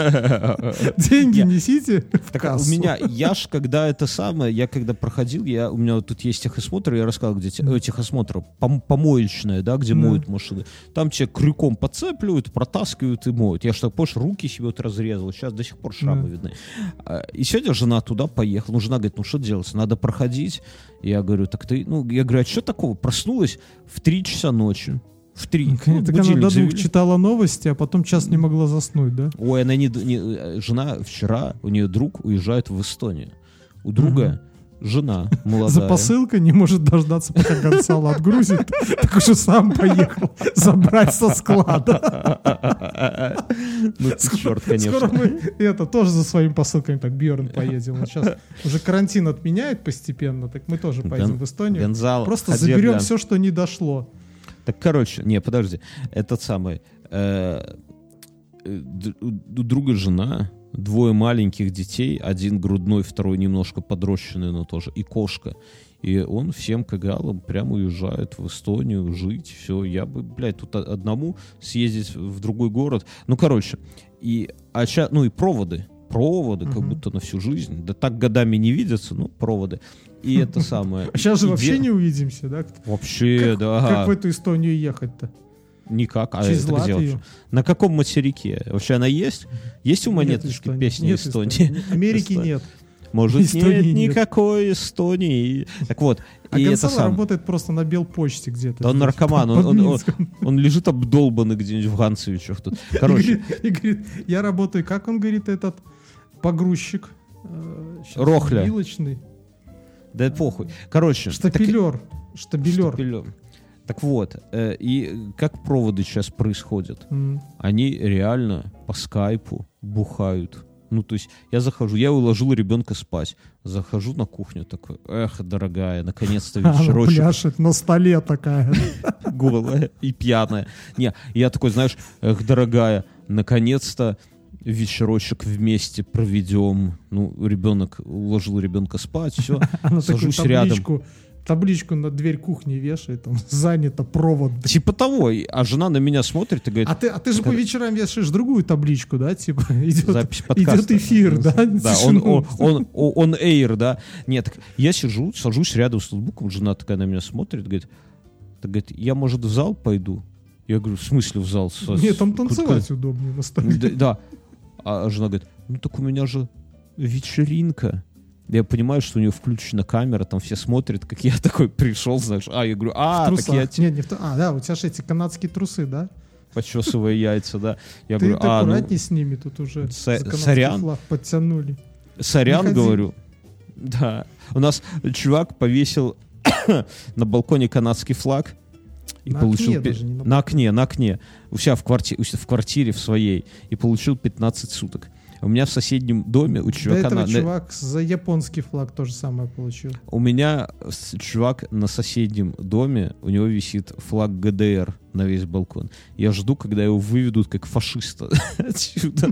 Деньги Я- несите в Так, а у кассу. меня, я ж когда это самое, я когда проходил, я, у меня вот тут есть техосмотр, я рассказал, где те- э, техосмотр, пом- помоечная, да, где Да. моют машины. Там тебя крюком подцепливают, протаскивают и моют. Я ж так, помнишь, руки себе вот разрезал, сейчас до сих пор шрамы Да. видны. А, И сегодня жена туда поехала, ну, жена говорит, ну, что делать, надо проходить. Я говорю, так ты, ну, я говорю, а что такого? Проснулась в три часа ночи. В три. Ну, Так она будильник до двух завели. читала новости, а потом час не могла заснуть, да? Ой, она не, не- жена вчера, у нее друг уезжает в Эстонию. У друга жена молодая. За посылкой не может дождаться, пока Гонсало отгрузит. Так уже сам поехал забрать со склада. Ну ты черт, Скоро конечно. мы это тоже за своими посылками так Бьерн поедем. Вот сейчас уже карантин отменяют постепенно, так мы тоже поедем Гон- в Эстонию. Гонзало, Просто ходи, заберем бля. все, что не дошло. Так, короче, не, подожди. Этот самый... э, э, д- У у друга жена, двое маленьких детей, один грудной, второй немножко подрощенный, но тоже, и кошка. И он всем кагалам прямо уезжает в Эстонию жить, все. Я бы, блядь, тут о- одному съездить в другой город. Ну, короче, и, а ща- ну и проводы. Проводы, как Мгм. будто на всю жизнь. Да так годами не видятся, ну, проводы. И это самое. А сейчас же И вообще две- не увидимся, да? Вообще, Как, да. как в эту Эстонию ехать-то? Никак. А Через это где Латвию? вообще? На каком материке? Вообще она есть? Есть у Нет монеточки Эстонии. песни Нет Эстонии? Америки Эстонии. нет. Может, Эстонии нет нет. никакой Эстонии. Так вот, А и это Гонсало сам. работает просто на Белпочте где-то. Да он здесь, наркоман, под он, он- он- Минском. он лежит обдолбанный где-нибудь в Ганцевичах тут. И Короче, говорит, и говорит, я работаю, как он говорит, этот погрузчик. э, щас, Рохля. Вилочный. да это похуй. Короче. Штапелер. Штабелер. Штапелер. Так вот, э, и как проводы сейчас происходят? М. Они реально по скайпу бухают. Ну, то есть я захожу, я уложил ребенка спать. Захожу на кухню такой, эх, дорогая, наконец-то Она вечерочек. пляшет на столе такая. Голая и пьяная. Не, я такой, знаешь, эх, дорогая, наконец-то вечерочек вместе проведем. Ну, ребенок, уложил ребенка спать, все. Она такую Сажусь рядом. табличку, табличку на дверь кухни вешает, там занято провод. Типа того. И- А жена на меня смотрит и говорит, А ты, а ты же по вечерам вешаешь другую табличку, да? Типа идет, запись подкаста. идет эфир, да? Да, он, он, он, он эйр, да. Нет, так я сижу, сажусь рядом с ноутбуком, жена такая на меня смотрит, говорит, так, говорит, я, может, в зал пойду? Я говорю, в смысле в зал? Со- Нет, там куда- танцевать удобнее на столе. Да, да. А жена говорит, ну так у меня же вечеринка. Я понимаю, что у нее включена камера, там все смотрят, как я такой пришел, знаешь. А, я говорю, а, В так я трусах. Нет, не в ту- А, да, у тебя же эти канадские трусы, да? почесывая яйца, да. Я Ты говорю, а, ну, аккуратней с ними, тут уже Са- за канадский сорян. флаг подтянули. сорян, Не ходи. говорю. Да. У нас чувак повесил на балконе канадский флаг. И На получил окне пе- даже, не на на окне, на окне. У себя в, кварти... у себя в квартире в своей. И получил пятнадцать суток. У меня в соседнем доме у До чувака... этого на- на- чувак за японский флаг то же самое получил. У меня с- чувак на соседнем доме, у него висит флаг ГДР на весь балкон. Я жду, когда его выведут как фашиста отсюда.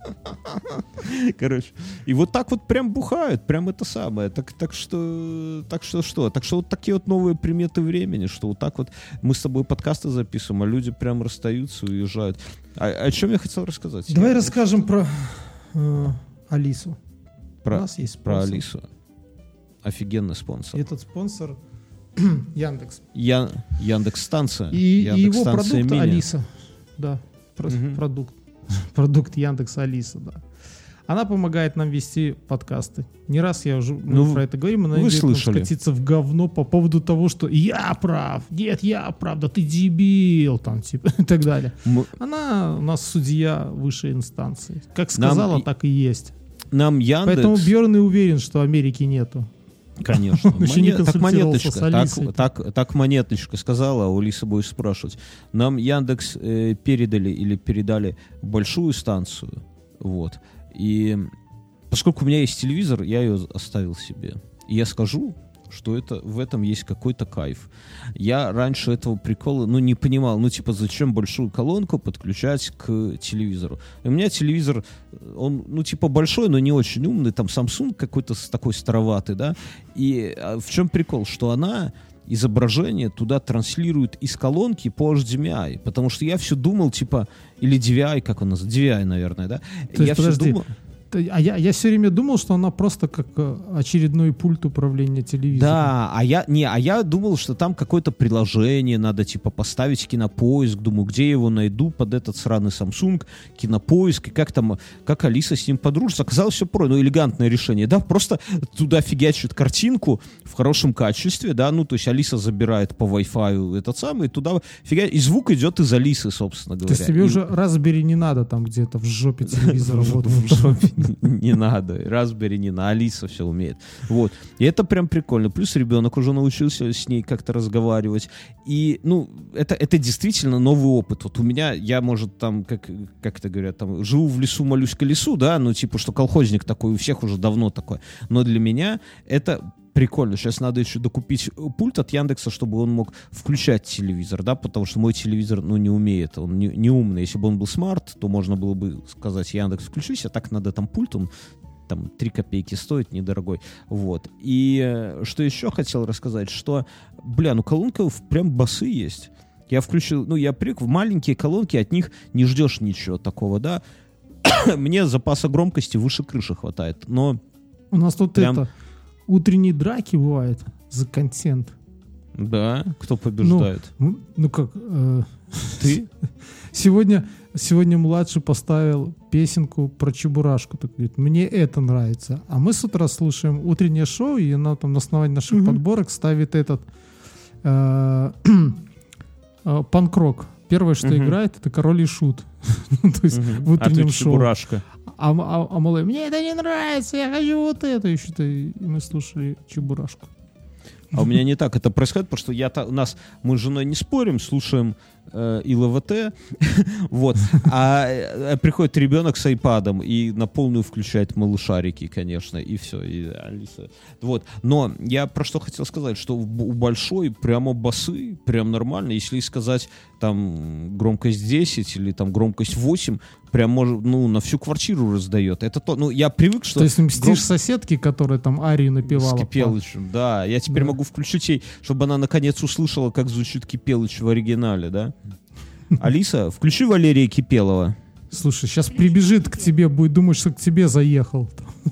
Короче. И вот так вот прям бухают, прям это самое. Так, так что, так что что? Так что вот такие вот новые приметы времени, что вот так вот мы с тобой подкасты записываем, а люди прям расстаются и уезжают. А, о чем я хотел рассказать? Давай Я- расскажем про э, Алису. У про, нас есть про спонсор. Алису. Офигенный спонсор. Этот спонсор Яндекс. Я, Яндекс-станция. И, и его Яндекс-станция продукт Мини. Алиса. Да, про- Мгм. продукт. Продукт Яндекс Алиса, да. Она помогает нам вести подкасты. Не раз я уже мы Ну, про это говорим, она вы не дает нам слышали. скатиться в говно по поводу того, что я прав, нет, я прав, да ты дебил, там, типа, и так далее. Мы- Она у нас судья высшей инстанции. Как Нам сказала, и- так и есть. Нам Яндекс... Поэтому Бьерн и уверен, что Америки нету. Конечно. Он еще не Моне- так консультировался с монеточка, Алисой. так, так, так монеточка сказала, а у Лисы будешь спрашивать. Нам Яндекс э, передали или передали большую станцию, вот, и поскольку у меня есть телевизор, я ее оставил себе. И я скажу, что это, в этом есть какой-то кайф. Я раньше этого прикола, ну, не понимал, ну, типа, зачем большую колонку подключать к телевизору. И у меня телевизор, он, ну, типа, большой, но не очень умный, там, Samsung какой-то такой староватый, да, и а в чем прикол, что она изображение туда транслирует из колонки по эйч ди эм ай, потому что я все думал, типа, или ди ви ай, как он называется, ди ви ай, наверное, да, То я есть, все подожди, думал... А я, я все время думал, что она просто как э, очередной пульт управления телевизором. Да, а я не, а я думал, что там какое-то приложение надо типа поставить Кинопоиск. Думаю, где я его найду под этот сраный Samsung, Кинопоиск, и как там, как Алиса с ним подружится. Оказалось все про, ну, элегантное решение, да, просто туда фигачит картинку в хорошем качестве, да, ну, то есть Алиса забирает по Wi-Fi этот самый, туда фигачит, и звук идет из Алисы, собственно говоря. То есть тебе И... уже Raspberry не надо там где-то в жопе телевизора. Вот в жопе. Не надо, Raspberry не надо, Алиса все умеет. Вот. И это прям прикольно. Плюс ребенок уже научился с ней как-то разговаривать. И, ну, это, это действительно новый опыт. Вот у меня, я, может, там, как, как это говорят, там, живу в лесу, молюсь колесу, да, ну, типа, что колхозник такой, у всех уже давно такой. Но для меня это прикольно. Сейчас надо еще докупить пульт от Яндекса, чтобы он мог включать телевизор, да, потому что мой телевизор, ну, не умеет, он не, не умный. Если бы он был смарт, то можно было бы сказать: Яндекс, включись, а так надо там пульт, он там три копейки стоит, недорогой. Вот. И э, что еще хотел рассказать, что, бля, ну, колонка прям басы есть. Я включил, ну, я привык в маленькие колонки, от них не ждешь ничего такого, да. Мне запаса громкости выше крыши хватает, но... У нас тут прям... это... Утренние драки бывают за контент. Да? Кто побеждает? Ну, ну как... Э, Ты? Сегодня, сегодня младший поставил песенку про Чебурашку. Так говорит, мне это нравится. А мы с утра слушаем утреннее шоу, и она там на основании наших mm-hmm. подборок ставит этот э, э, панк-рок. Первое, что mm-hmm. играет, это Король и Шут. То есть mm-hmm. в утреннем а шоу. Чебурашка. А, а, а малый, мне это не нравится, я хочу вот это. И что-то, и мы слушали Чебурашку. А у меня не так это происходит, потому что я у нас мы с женой не спорим, слушаем э, ИЛВТ, вот, а э, приходит ребенок с айпадом и на полную включает малышарики, конечно, и все, и Алиса, вот. Но я про что хотел сказать, что у большой прямо басы, прям нормально, если сказать там громкость десять или там громкость восемь, прям может, ну, на всю квартиру раздает. Это то, ну, я привык, что... То есть мстишь гром... соседке, которая там арии напевала. С Кипелычем, да. Я теперь да. могу включить ей, чтобы она наконец услышала, как звучит Кипелыч в оригинале, да? Алиса, включи Валерия Кипелова. Слушай, сейчас прибежит к тебе, будет думать, что к тебе заехал.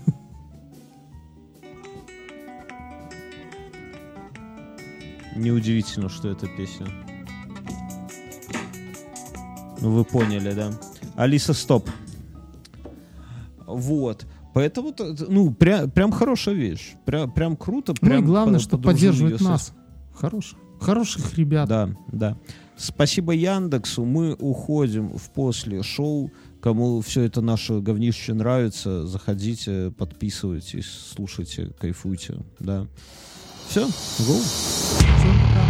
Неудивительно, что это песня. Ну, вы поняли, да? Алиса, стоп. Вот. Поэтому, ну, прям, прям хорошая вещь. Прям, прям круто. Прям ну и главное, по- что поддерживает нас. Хороших, хороших ребят. Да, да. Спасибо Яндексу. Мы уходим в после шоу. Кому все это наше говнище нравится, заходите, подписывайтесь, слушайте, кайфуйте. Да. Все, гоу. Всем пока.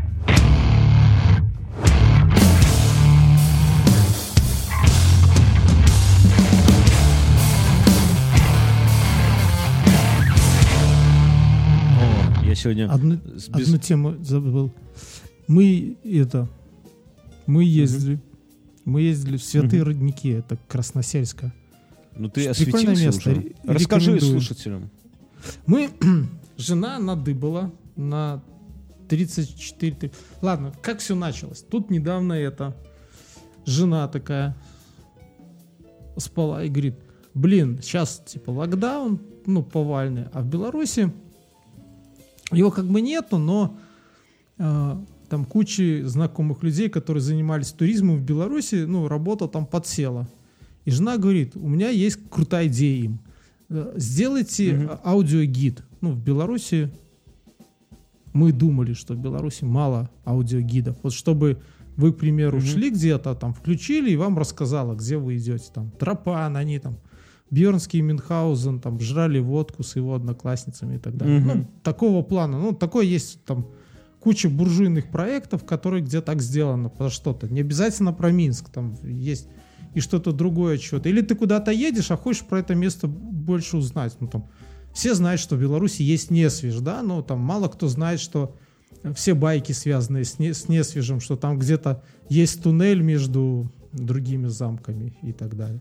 Я сегодня одну, без... одну тему забыл. Мы это мы ездили, mm-hmm. мы ездили в Святые mm-hmm. Родники, это Красносельское. Ну ты прикольное осветился место. уже. Расскажи слушателям. Мы жена надыбала на тридцать четыре. Ладно, как все началось? Тут недавно это жена такая спала и говорит: блин, сейчас типа локдаун, ну повальный, а в Беларуси его как бы нету, но э, там куча знакомых людей, которые занимались туризмом в Беларуси, ну, работа там подсела. И жена говорит: у меня есть крутая идея им. Сделайте mm-hmm. аудиогид. Ну, в Беларуси мы думали, что в Беларуси мало аудиогидов. Вот чтобы вы, к примеру, mm-hmm. шли где-то, там, включили, и вам рассказала, где вы идете. Там, Тропан, они там, Бьернский и Мюнхгаузен там жрали водку с его одноклассницами и так далее. Mm-hmm. Ну, такого плана. Ну, такое есть там куча буржуйных проектов, которые где так сделано, про что-то. Не обязательно про Минск. Там есть и что-то другое что-то. Или ты куда-то едешь, а хочешь про это место больше узнать. Ну, там, все знают, что в Беларуси есть Несвиж, да, но там мало кто знает, что все байки, связанные с, не, с Несвижем, что там где-то есть туннель между другими замками и так далее.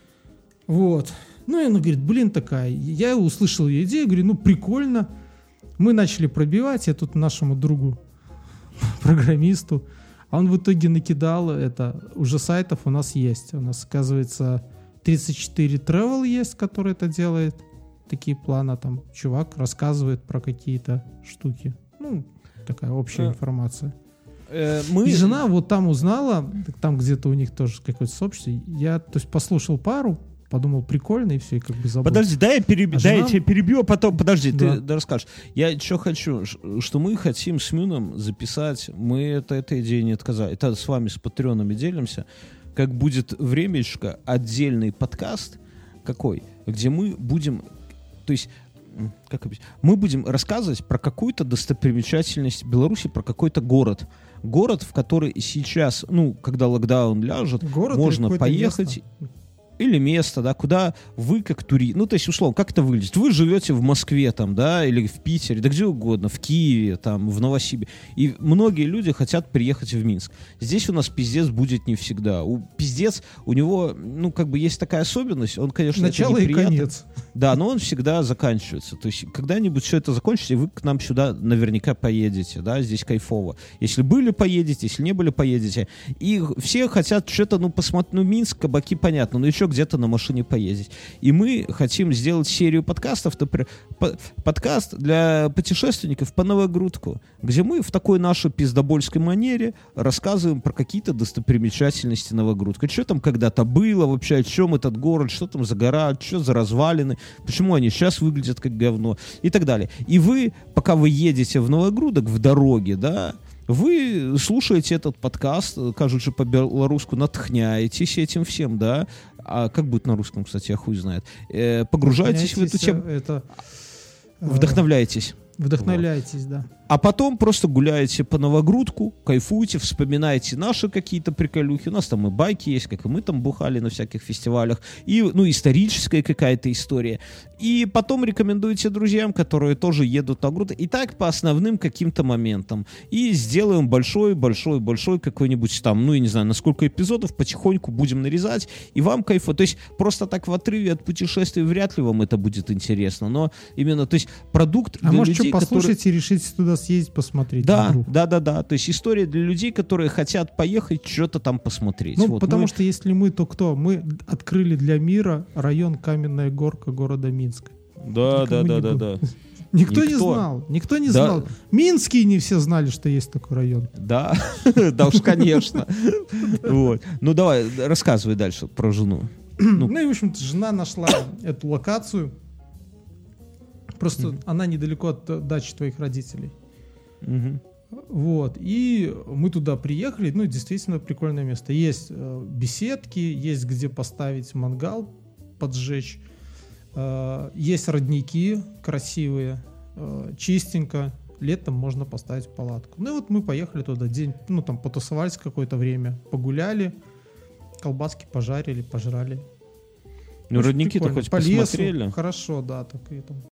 Вот. Ну, и она говорит, блин, такая. Я услышал ее идею, говорю, ну, прикольно. Мы начали пробивать, я тут нашему другу, программисту, а он в итоге накидал это, уже сайтов у нас есть. У нас, оказывается, тридцать четыре Travel есть, который это делает. Такие планы, там, чувак рассказывает про какие-то штуки. Ну, такая общая информация. Мы... И жена вот там узнала, там где-то у них тоже какое-то сообщество. Я, то есть, послушал пару, подумал, прикольно, и все, и как бы забыл. Подожди, дай я, переб... а дай жена... я тебя перебью, а потом, подожди, да. ты да, расскажешь. Я что хочу, что мы хотим с Мюном записать, мы это, этой идеей не отказали. Это с вами, с патреонами делимся. Как будет времечко, отдельный подкаст, какой, где мы будем, то есть, как объяснить, мы будем рассказывать про какую-то достопримечательность Беларуси, про какой-то город. Город, в который сейчас, ну, когда локдаун ляжет, город можно поехать... Место? Или место, да, куда вы как турист, ну, то есть, условно, как это выглядит? Вы живете в Москве, там, да, или в Питере, да где угодно, в Киеве, там, в Новосибирске, и многие люди хотят приехать в Минск. Здесь у нас пиздец будет не всегда. У пиздец, у него, ну, как бы есть такая особенность, он, конечно, начало и конец. Да, но он всегда заканчивается. То есть, когда-нибудь все это закончится, и вы к нам сюда наверняка поедете, да, здесь кайфово. Если были, поедете, если не были, поедете. И все хотят что-то, ну, посмотреть, ну, Минск, кабаки, понятно, но еще где-то на машине поездить. И мы хотим сделать серию подкастов, например, по- подкаст для путешественников по Новогрудку, где мы в такой нашей пиздобольской манере рассказываем про какие-то достопримечательности Новогрудка. Что там когда-то было вообще, о чем этот город, что там за гора, что за развалины, почему они сейчас выглядят как говно и так далее. И вы, пока вы едете в Новогрудок в дороге, да, вы слушаете этот подкаст, кажут же по-белорусски, натхняетесь этим всем, да. А как будет на русском, кстати, я хуй знает. Э, погружаетесь в эту тему. Это, вдохновляетесь. Вдохновляетесь, вот. Да. А потом просто гуляете по Новогрудку, кайфуете, вспоминаете наши какие-то приколюхи. У нас там и байки есть, как и мы там бухали на всяких фестивалях. И, ну, историческая какая-то история. И потом рекомендуете друзьям, которые тоже едут на Новогрудок. И так по основным каким-то моментам. И сделаем большой-большой-большой какой-нибудь там, ну, я не знаю, на сколько эпизодов, потихоньку будем нарезать. И вам кайфо. То есть просто так в отрыве от путешествий вряд ли вам это будет интересно. Но именно, то есть продукт для а может, людей, что послушать которые... и решите туда съездить, посмотреть. Да, вдруг. да, да, да. То есть история для людей, которые хотят поехать, что-то там посмотреть. Ну, вот потому мы... что если мы, то кто? Мы открыли для мира район Каменная Горка города Минска. Да, да, да, да, да. Никто, никто не знал, никто не да. знал. Минские не все знали, что есть такой район. Да, да уж, конечно. Ну, давай, рассказывай дальше про жену. Ну, и, в общем-то, жена нашла эту локацию. Просто mm-hmm. она недалеко от дачи твоих родителей. Mm-hmm. Вот. И мы туда приехали. Ну, действительно, прикольное место. Есть э, беседки, есть где поставить мангал, поджечь. Э, есть родники красивые, э, чистенько. Летом можно поставить палатку. Ну и вот мы поехали туда день, ну там потусовались какое-то время, погуляли, колбаски пожарили, пожрали. Ну, родники-то хоть по посмотрели. лесу, хорошо, да, так и там.